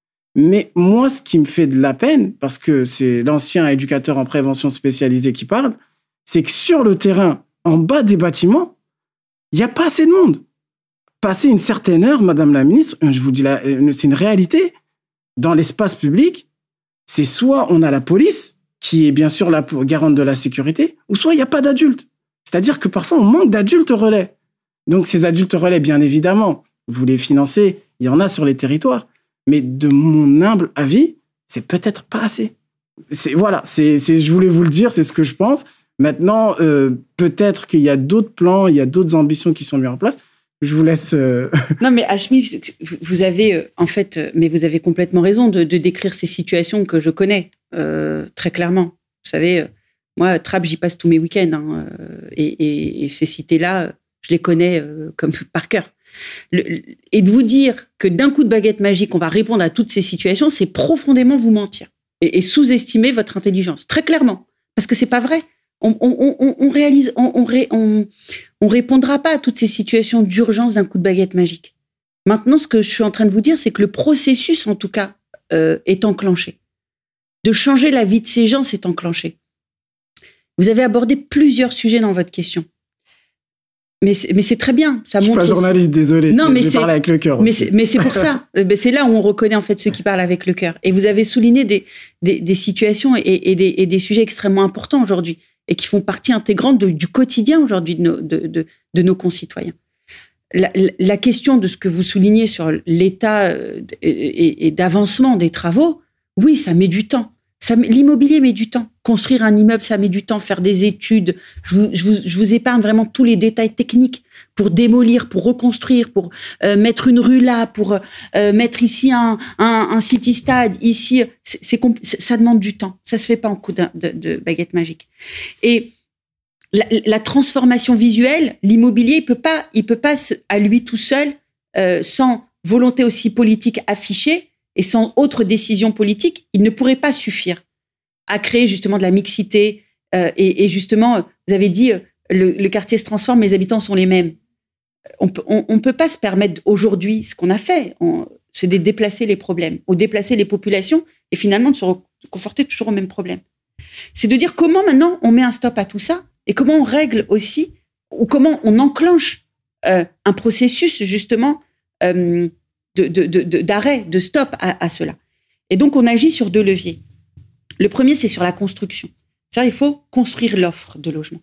Mais moi, ce qui me fait de la peine, parce que c'est l'ancien éducateur en prévention spécialisé qui parle, c'est que sur le terrain, en bas des bâtiments, il n'y a pas assez de monde. Passer une certaine heure, Madame la Ministre, je vous dis, la, c'est une réalité. Dans l'espace public, c'est soit on a la police, qui est bien sûr la garante de la sécurité, ou soit il n'y a pas d'adultes. C'est-à-dire que parfois, on manque d'adultes relais. Donc, ces adultes relais, bien évidemment, vous les financez, il y en a sur les territoires. Mais de mon humble avis, c'est peut-être pas assez. C'est, voilà, c'est, c'est, je voulais vous le dire, c'est ce que je pense. Maintenant, euh, peut-être qu'il y a d'autres plans, il y a d'autres ambitions qui sont mises en place. je vous laisse... Euh... Non, mais Hachmi, vous avez, en fait, mais vous avez complètement raison de, de décrire ces situations que je connais euh, très clairement. Vous savez, moi, Trappes, j'y passe tous mes week-ends. Hein, et, et, et ces cités-là, je les connais euh, comme par cœur. Le, et de vous dire que d'un coup de baguette magique, on va répondre à toutes ces situations, c'est profondément vous mentir et, et sous-estimer votre intelligence, très clairement. Parce que c'est pas vrai. On, on, on, on réalise, on, on, on, on répondra pas à toutes ces situations d'urgence d'un coup de baguette magique. Maintenant, ce que je suis en train de vous dire, c'est que le processus, en tout cas, euh, est enclenché. De changer la vie de ces gens, c'est enclenché. Vous avez abordé plusieurs sujets dans votre question. Mais c'est, mais c'est très bien. Ça je montre. Je suis pas journaliste, aussi... désolé. Non, mais je c'est... parle avec le cœur. Mais aussi. c'est, mais c'est pour ça. C'est là où on reconnaît en fait ceux qui parlent avec le cœur. Et vous avez souligné des, des, des situations et, et, des, et des sujets extrêmement importants aujourd'hui et qui font partie intégrante de, du quotidien aujourd'hui de nos, de, de, de nos concitoyens. La, la question de ce que vous soulignez sur l'état et, et d'avancement des travaux, oui, ça met du temps. Ça, l'immobilier met du temps. Construire un immeuble, ça met du temps. Faire des études. Je vous, je vous, je vous épargne vraiment tous les détails techniques pour démolir, pour reconstruire, pour euh, mettre une rue là, pour euh, mettre ici un, un, un city-stade. Ici, c'est, c'est, ça demande du temps. Ça se fait pas en coup de, de, de baguette magique. Et la, la transformation visuelle, l'immobilier, il peut pas, il peut pas à lui tout seul, euh, sans volonté aussi politique affichée, et sans autre décision politique, il ne pourrait pas suffire à créer justement de la mixité. Euh, et, et justement, vous avez dit, le, le quartier se transforme, les habitants sont les mêmes. On peut, on, on peut pas se permettre aujourd'hui, ce qu'on a fait, on, c'est de déplacer les problèmes, ou déplacer les populations, et finalement de se conforter toujours au même problème. C'est de dire comment maintenant on met un stop à tout ça, et comment on règle aussi, ou comment on enclenche euh, un processus justement euh, De, de, de, d'arrêt, de stop à, à cela. Et donc, on agit sur deux leviers. Le premier, c'est sur la construction. C'est-à-dire, il faut construire l'offre de logement.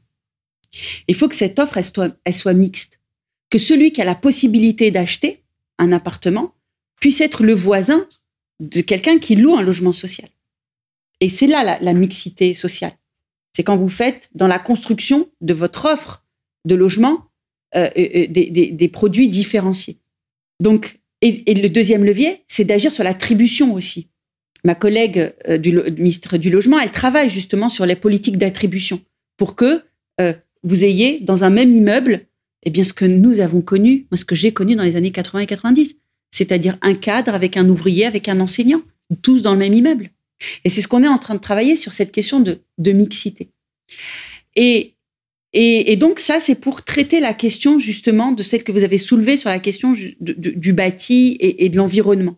Il faut que cette offre, elle soit, elle soit mixte. Que celui qui a la possibilité d'acheter un appartement puisse être le voisin de quelqu'un qui loue un logement social. Et c'est là la, la mixité sociale. C'est quand vous faites, dans la construction de votre offre de logement, euh, euh, des, des, des produits différenciés. Donc, Et, et le deuxième levier, c'est d'agir sur l'attribution aussi. Ma collègue euh, du, du ministre du Logement, elle travaille justement sur les politiques d'attribution pour que euh, vous ayez dans un même immeuble, eh bien, ce que nous avons connu, moi, ce que j'ai connu dans les années quatre-vingts et quatre-vingt-dix, c'est-à-dire un cadre avec un ouvrier, avec un enseignant, tous dans le même immeuble. Et c'est ce qu'on est en train de travailler sur cette question de, de mixité. Et Et, et donc ça, c'est pour traiter la question justement de celle que vous avez soulevée sur la question du, du, du bâti et, et de l'environnement.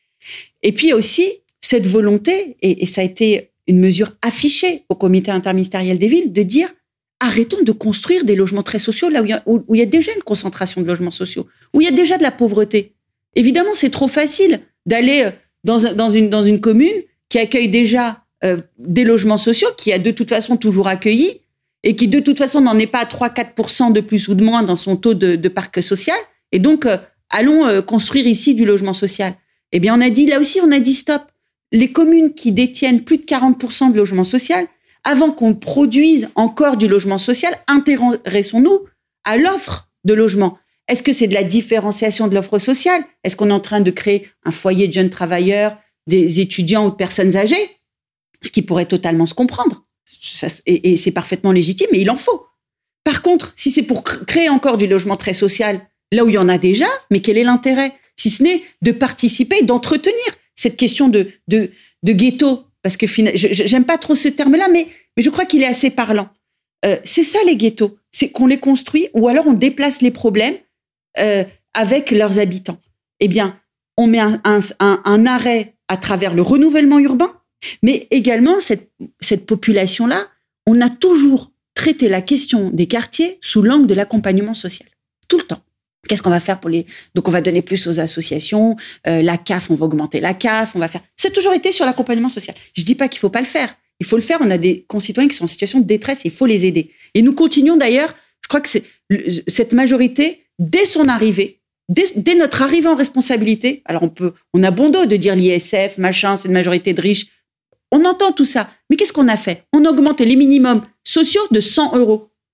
Et puis aussi cette volonté, et, et ça a été une mesure affichée au comité interministériel des villes, de dire arrêtons de construire des logements très sociaux là où il y a, où, où il y a déjà une concentration de logements sociaux, où il y a déjà de la pauvreté. Évidemment, c'est trop facile d'aller dans, dans, une, dans une commune qui accueille déjà euh, des logements sociaux, qui a de toute façon toujours accueilli, et qui, de toute façon, n'en est pas à trois à quatre pour cent de plus ou de moins dans son taux de, de parc social. Et donc, euh, allons euh, construire ici du logement social. Eh bien, on a dit, là aussi, on a dit stop. Les communes qui détiennent plus de quarante pour cent de logement social, avant qu'on produise encore du logement social, intéressons-nous à l'offre de logement. Est-ce que c'est de la différenciation de l'offre sociale ? Est-ce qu'on est en train de créer un foyer de jeunes travailleurs, des étudiants ou de personnes âgées ? Ce qui pourrait totalement se comprendre. Ça, et, et c'est parfaitement légitime, mais il en faut. Par contre, si c'est pour créer encore du logement très social, là où il y en a déjà, mais quel est l'intérêt ? Si ce n'est de participer, d'entretenir cette question de, de, de ghetto, parce que je, j'aime pas trop ce terme-là, mais, mais je crois qu'il est assez parlant. Euh, c'est ça les ghettos, c'est qu'on les construit ou alors on déplace les problèmes euh, avec leurs habitants. Eh bien, on met un, un, un, un arrêt à travers le renouvellement urbain, mais également, cette, cette population-là, on a toujours traité la question des quartiers sous l'angle de l'accompagnement social. Tout le temps. Qu'est-ce qu'on va faire pour les... Donc, on va donner plus aux associations, euh, la C A F, on va augmenter la C A F, on va faire... C'est toujours été sur l'accompagnement social. Je dis pas qu'il faut pas le faire. Il faut le faire. On a des concitoyens qui sont en situation de détresse et il faut les aider. Et nous continuons d'ailleurs, je crois que c'est cette majorité, dès son arrivée, dès, dès notre arrivée en responsabilité, alors on peut, on a bon dos de dire l'I S F, machin, c'est une majorité de riches. On entend tout ça. Mais qu'est-ce qu'on a fait ? On augmente les minimums sociaux de cent euros.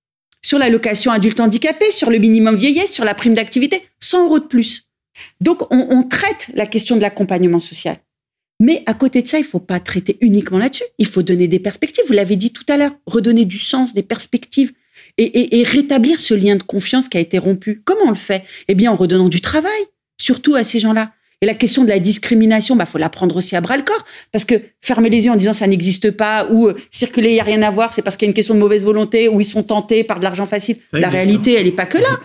sur l'allocation adulte handicapé, sur le minimum vieillesse, sur la prime d'activité, cent euros de plus. Donc, on, on traite la question de l'accompagnement social. Mais à côté de ça, il ne faut pas traiter uniquement là-dessus. Il faut donner des perspectives. Vous l'avez dit tout à l'heure, redonner du sens, des perspectives et, et, et rétablir ce lien de confiance qui a été rompu. Comment on le fait ? Eh bien, en redonnant du travail, surtout à ces gens-là. Et la question de la discrimination, bah, faut la prendre aussi à bras-le-corps, parce que fermer les yeux en disant ça n'existe pas, ou euh, circuler, il n'y a rien à voir, c'est parce qu'il y a une question de mauvaise volonté, ou ils sont tentés par de l'argent facile. Ça la existe, réalité, hein. Elle n'est pas que là.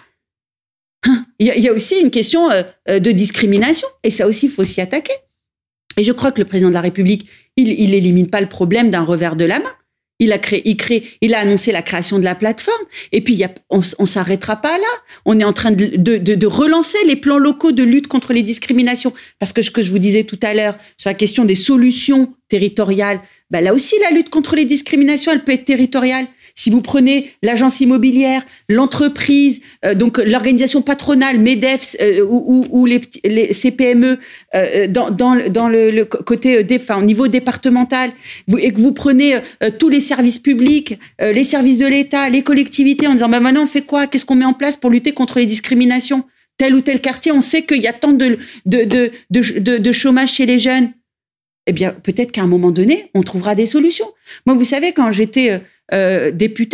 Il y, y a aussi une question euh, de discrimination, et ça aussi, il faut s'y attaquer. Et je crois que le président de la République, il il élimine pas le problème d'un revers de la main. Il a créé, il crée, il a annoncé la création de la plateforme. Et puis, il y a, on, on s'arrêtera pas là. On est en train de, de, de, de relancer les plans locaux de lutte contre les discriminations. Parce que ce que je vous disais tout à l'heure sur la question des solutions territoriales, ben là aussi, la lutte contre les discriminations, elle peut être territoriale. Si vous prenez l'agence immobilière, l'entreprise, euh, donc l'organisation patronale, MEDEF euh, ou, ou, ou les, les C P M E euh, dans, dans, dans le, le côté, dé, enfin, au niveau départemental, vous, et que vous prenez euh, tous les services publics, euh, les services de l'État, les collectivités, en disant bah, maintenant on fait quoi ? Qu'est-ce qu'on met en place pour lutter contre les discriminations ? Tel ou tel quartier, on sait qu'il y a tant de, de, de, de, de, de chômage chez les jeunes. Eh bien, peut-être qu'à un moment donné, on trouvera des solutions. Moi, vous savez, quand j'étais... Euh, Euh, député,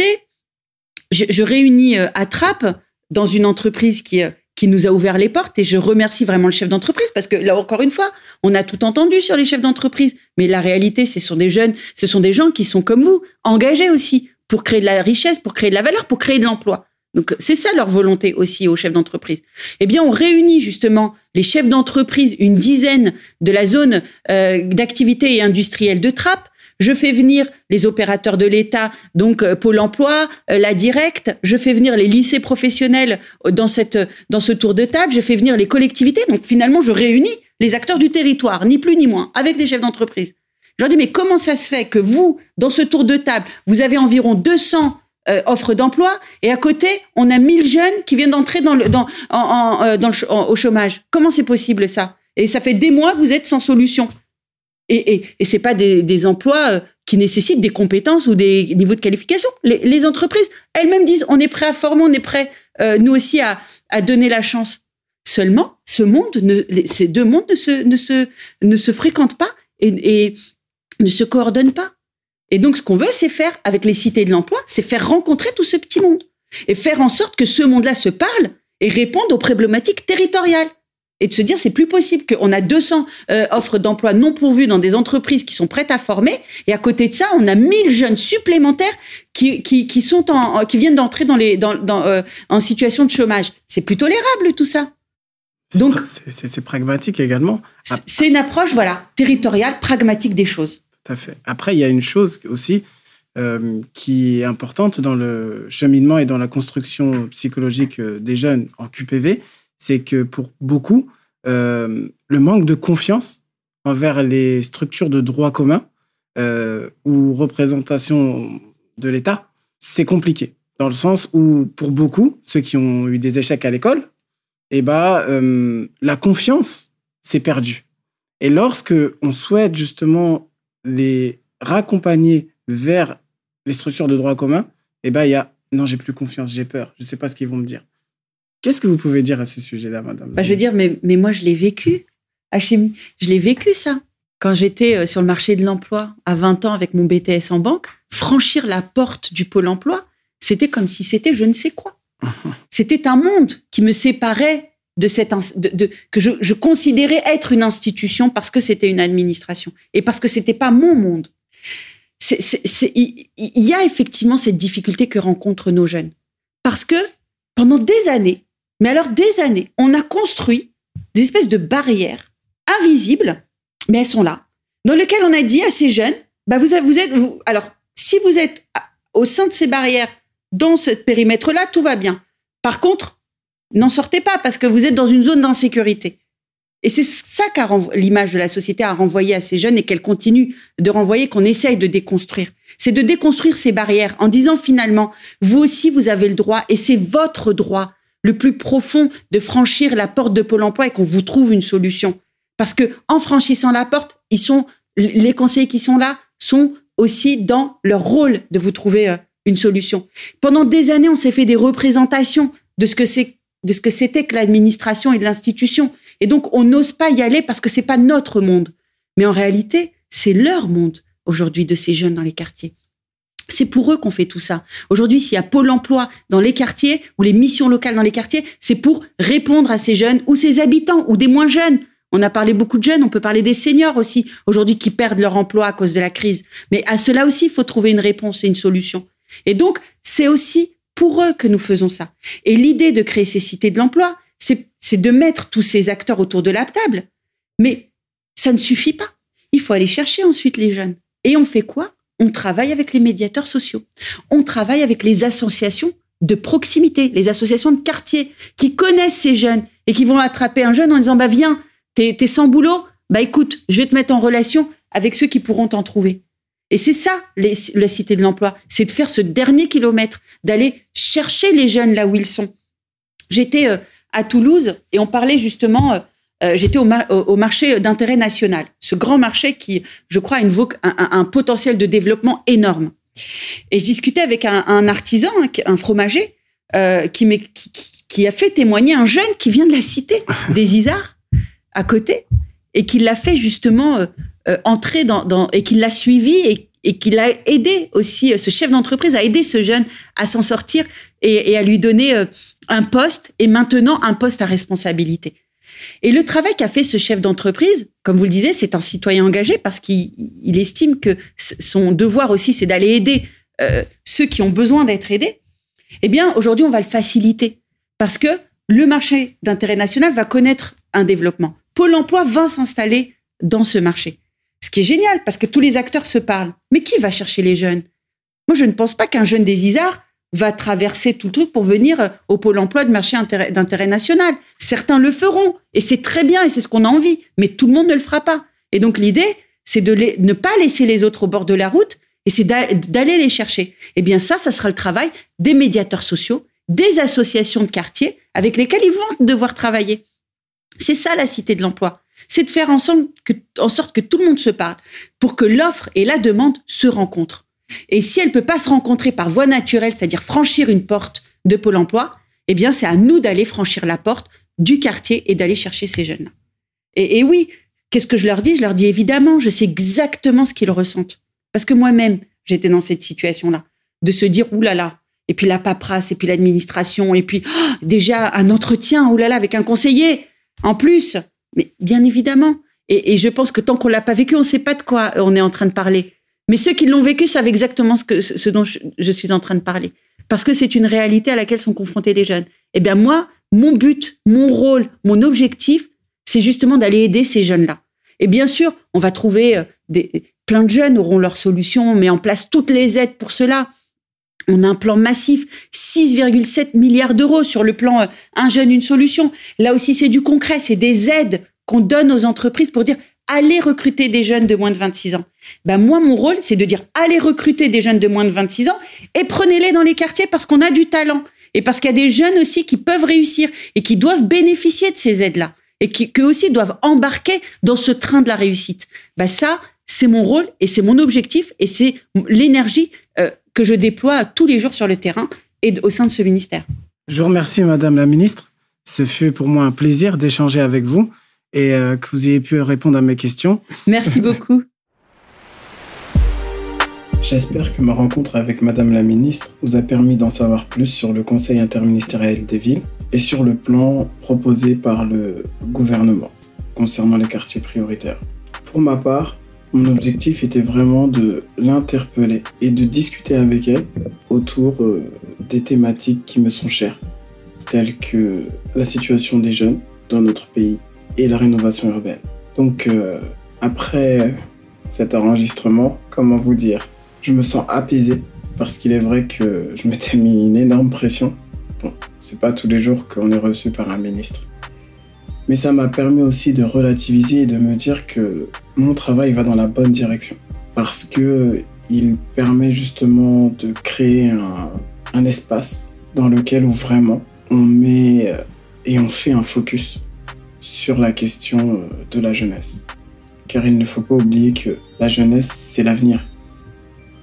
je, je réunis euh, à Trappes dans une entreprise qui, euh, qui nous a ouvert les portes et je remercie vraiment le chef d'entreprise parce que là encore une fois, on a tout entendu sur les chefs d'entreprise, mais la réalité, ce sont des jeunes, ce sont des gens qui sont comme vous, engagés aussi pour créer de la richesse, pour créer de la valeur, pour créer de l'emploi. Donc c'est ça leur volonté aussi aux chefs d'entreprise. Eh bien, on réunit justement les chefs d'entreprise, une dizaine de la zone euh, d'activité et industrielle de Trappes. Je fais venir les opérateurs de l'État, donc euh, Pôle emploi, euh, la Directe. Je fais venir les lycées professionnels dans cette dans ce tour de table. Je fais venir les collectivités. Donc finalement, je réunis les acteurs du territoire, ni plus ni moins, avec les chefs d'entreprise. Je leur dis mais comment ça se fait que vous, dans ce tour de table, vous avez environ deux cents euh, offres d'emploi et à côté, on a mille jeunes qui viennent d'entrer dans le dans en, en, euh, dans le, en, au chômage. Comment c'est possible ça ? Et ça fait des mois que vous êtes sans solution. Et, et, et c'est pas des, des emplois euh, qui nécessitent des compétences ou des niveaux de qualification. Les, les entreprises elles-mêmes disent on est prêt à former, on est prêt euh, nous aussi à, à donner la chance. Seulement, ce monde, ne, les, ces deux mondes ne se, ne se, ne se fréquentent pas et, et ne se coordonnent pas. Et donc, ce qu'on veut, c'est faire avec les cités de l'emploi, c'est faire rencontrer tout ce petit monde et faire en sorte que ce monde-là se parle et réponde aux problématiques territoriales. Et de se dire, c'est plus possible qu'on a deux cents euh, offres d'emploi non pourvues dans des entreprises qui sont prêtes à former. Et à côté de ça, on a mille jeunes supplémentaires qui, qui, qui, sont en, qui viennent d'entrer dans les, dans, dans, euh, en situation de chômage. C'est plus tolérable, tout ça. C'est Donc, c'est, c'est, c'est pragmatique également. C'est, c'est une approche, voilà, territoriale, pragmatique des choses. Tout à fait. Après, il y a une chose aussi euh, qui est importante dans le cheminement et dans la construction psychologique des jeunes en Q P V. C'est que pour beaucoup, euh, le manque de confiance envers les structures de droit commun euh, ou représentation de l'État, c'est compliqué. Dans le sens où, pour beaucoup, ceux qui ont eu des échecs à l'école, eh ben, euh, la confiance s'est perdue. Et lorsque on souhaite justement les raccompagner vers les structures de droit commun, eh ben, il y a « non, j'ai plus confiance, j'ai peur, je ne sais pas ce qu'ils vont me dire ». Qu'est-ce que vous pouvez dire à ce sujet-là, madame ? Bah, je veux dire, mais, mais moi, je l'ai vécu, Hachemi. Je l'ai vécu, ça. Quand j'étais sur le marché de l'emploi, à vingt ans, avec mon B T S en banque, franchir la porte du Pôle emploi, c'était comme si c'était je ne sais quoi. C'était un monde qui me séparait de cette... De, de, que je, je considérais être une institution parce que c'était une administration et parce que c'était pas mon monde. C'est, c'est, c'est, il, il y a effectivement cette difficulté que rencontrent nos jeunes. Parce que pendant des années, mais alors des années, on a construit des espèces de barrières invisibles, mais elles sont là, dans lesquelles on a dit à ces jeunes, bah vous êtes, vous êtes, vous, alors si vous êtes au sein de ces barrières, dans ce périmètre-là, tout va bien. Par contre, n'en sortez pas parce que vous êtes dans une zone d'insécurité. Et c'est ça qu'a renvo- l'image de la société a renvoyé à ces jeunes et qu'elle continue de renvoyer, qu'on essaye de déconstruire. C'est de déconstruire ces barrières en disant finalement, vous aussi, vous avez le droit et c'est votre droit le plus profond de franchir la porte de Pôle emploi et qu'on vous trouve une solution. Parce que en franchissant la porte, ils sont, les conseillers qui sont là sont aussi dans leur rôle de vous trouver une solution. Pendant des années, on s'est fait des représentations de ce que c'est, de ce que c'était que l'administration et de l'institution. Et donc, on n'ose pas y aller parce que c'est pas notre monde. Mais en réalité, c'est leur monde aujourd'hui de ces jeunes dans les quartiers. C'est pour eux qu'on fait tout ça. Aujourd'hui, s'il y a Pôle emploi dans les quartiers ou les missions locales dans les quartiers, c'est pour répondre à ces jeunes ou ces habitants ou des moins jeunes. On a parlé beaucoup de jeunes, on peut parler des seniors aussi, aujourd'hui qui perdent leur emploi à cause de la crise. Mais à cela aussi, il faut trouver une réponse et une solution. Et donc, c'est aussi pour eux que nous faisons ça. Et l'idée de créer ces cités de l'emploi, c'est, c'est de mettre tous ces acteurs autour de la table. Mais ça ne suffit pas. Il faut aller chercher ensuite les jeunes. Et on fait quoi ? On travaille avec les médiateurs sociaux. On travaille avec les associations de proximité, les associations de quartier qui connaissent ces jeunes et qui vont attraper un jeune en disant bah viens, t'es, t'es sans boulot, bah écoute, je vais te mettre en relation avec ceux qui pourront t'en trouver. Et c'est ça, les, la cité de l'emploi, c'est de faire ce dernier kilomètre, d'aller chercher les jeunes là où ils sont. J'étais euh, à Toulouse et on parlait justement. Euh, Euh, j'étais au, mar- au marché d'intérêt national, ce grand marché qui, je crois, a une vo- un, un, un potentiel de développement énorme. Et je discutais avec un, un artisan, un fromager, euh, qui, qui, qui a fait témoigner un jeune qui vient de la cité des Isards, à côté, et qui l'a fait justement euh, euh, entrer dans, dans... et qui l'a suivi et, et qui l'a aidé aussi, ce chef d'entreprise a aidé ce jeune à s'en sortir et, et à lui donner euh, un poste, et maintenant un poste à responsabilité. Et le travail qu'a fait ce chef d'entreprise, comme vous le disiez, c'est un citoyen engagé parce qu'il il estime que son devoir aussi, c'est d'aller aider euh, ceux qui ont besoin d'être aidés. Eh bien, aujourd'hui, on va le faciliter parce que le marché d'intérêt national va connaître un développement. Pôle emploi va s'installer dans ce marché. Ce qui est génial parce que tous les acteurs se parlent. Mais qui va chercher les jeunes ? Moi, je ne pense pas qu'un jeune des Isards va traverser tout le truc pour venir au Pôle emploi de marché d'intérêt national. Certains le feront, et c'est très bien, et c'est ce qu'on a envie, mais tout le monde ne le fera pas. Et donc l'idée, c'est de les, ne pas laisser les autres au bord de la route, et c'est d'aller les chercher. Eh bien ça, ça sera le travail des médiateurs sociaux, des associations de quartier, avec lesquelles ils vont devoir travailler. C'est ça la cité de l'emploi. C'est de faire ensemble que, en sorte que tout le monde se parle, pour que l'offre et la demande se rencontrent. Et si elle ne peut pas se rencontrer par voie naturelle, c'est-à-dire franchir une porte de Pôle emploi, eh bien, c'est à nous d'aller franchir la porte du quartier et d'aller chercher ces jeunes-là. Et, et oui, qu'est-ce que je leur dis ? Je leur dis évidemment, je sais exactement ce qu'ils ressentent. Parce que moi-même, j'étais dans cette situation-là, de se dire, oulala, et puis la paperasse, et puis l'administration, et puis oh, déjà un entretien, oulala, avec un conseiller, en plus. Mais bien évidemment. Et, et je pense que tant qu'on ne l'a pas vécu, on ne sait pas de quoi on est en train de parler. Mais ceux qui l'ont vécu savent exactement ce, que, ce dont je, je suis en train de parler. Parce que c'est une réalité à laquelle sont confrontés les jeunes. Eh bien moi, mon but, mon rôle, mon objectif, c'est justement d'aller aider ces jeunes-là. Et bien sûr, on va trouver des, plein de jeunes auront leurs solutions, on met en place toutes les aides pour cela. On a un plan massif, six virgule sept milliards d'euros sur le plan euh, Un jeune, une solution. Là aussi, c'est du concret, c'est des aides qu'on donne aux entreprises pour dire allez recruter des jeunes de moins de vingt-six ans. Ben moi, mon rôle, c'est de dire allez recruter des jeunes de moins de vingt-six ans et prenez-les dans les quartiers parce qu'on a du talent et parce qu'il y a des jeunes aussi qui peuvent réussir et qui doivent bénéficier de ces aides-là et qui qu'eux aussi doivent embarquer dans ce train de la réussite. Ben ça, c'est mon rôle et c'est mon objectif et c'est l'énergie euh, que je déploie tous les jours sur le terrain et au sein de ce ministère. Je vous remercie, Madame la Ministre. Ce fut pour moi un plaisir d'échanger avec vous et euh, que vous ayez pu répondre à mes questions. Merci beaucoup. J'espère que ma rencontre avec Madame la Ministre vous a permis d'en savoir plus sur le Conseil interministériel des villes et sur le plan proposé par le gouvernement concernant les quartiers prioritaires. Pour ma part, mon objectif était vraiment de l'interpeller et de discuter avec elle autour euh, des thématiques qui me sont chères, telles que la situation des jeunes dans notre pays et la rénovation urbaine. Donc, euh, après cet enregistrement, comment vous dire, je me sens apaisé parce qu'il est vrai que je m'étais mis une énorme pression. Bon, c'est pas tous les jours qu'on est reçu par un ministre. Mais ça m'a permis aussi de relativiser et de me dire que mon travail va dans la bonne direction. Parce que il permet justement de créer un, un espace dans lequel où vraiment on met et on fait un focus sur la question de la jeunesse. Car il ne faut pas oublier que la jeunesse, c'est l'avenir.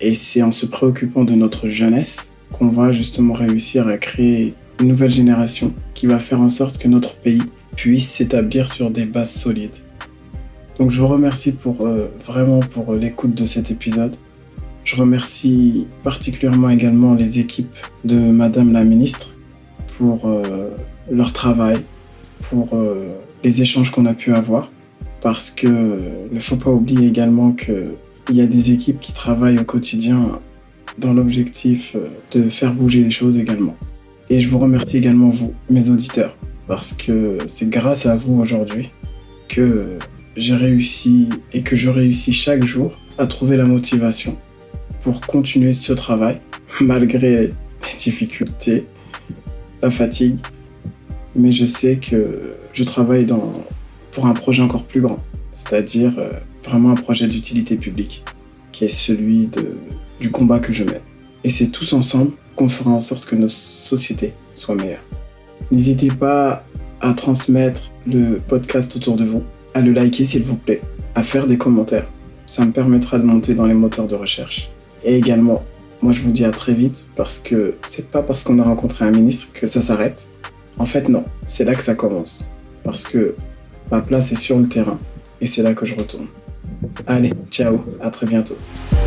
Et c'est en se préoccupant de notre jeunesse qu'on va justement réussir à créer une nouvelle génération qui va faire en sorte que notre pays puisse s'établir sur des bases solides. Donc je vous remercie pour, euh, vraiment pour l'écoute de cet épisode. Je remercie particulièrement également les équipes de Madame la Ministre pour euh, leur travail, pour euh, les échanges qu'on a pu avoir, parce qu'il ne faut pas oublier également qu'il y a des équipes qui travaillent au quotidien dans l'objectif de faire bouger les choses également. Et je vous remercie également vous, mes auditeurs, parce que c'est grâce à vous aujourd'hui que j'ai réussi et que je réussis chaque jour à trouver la motivation pour continuer ce travail, malgré les difficultés, la fatigue. Mais je sais que je travaille dans, pour un projet encore plus grand, c'est-à-dire euh, vraiment un projet d'utilité publique, qui est celui de, du combat que je mène. Et c'est tous ensemble qu'on fera en sorte que nos sociétés soient meilleures. N'hésitez pas à transmettre le podcast autour de vous, à le liker s'il vous plaît, à faire des commentaires. Ça me permettra de monter dans les moteurs de recherche. Et également, moi je vous dis à très vite, parce que c'est pas parce qu'on a rencontré un ministre que ça s'arrête. En fait non, c'est là que ça commence. Parce que ma place est sur le terrain, et c'est là que je retourne. Allez, ciao, à très bientôt.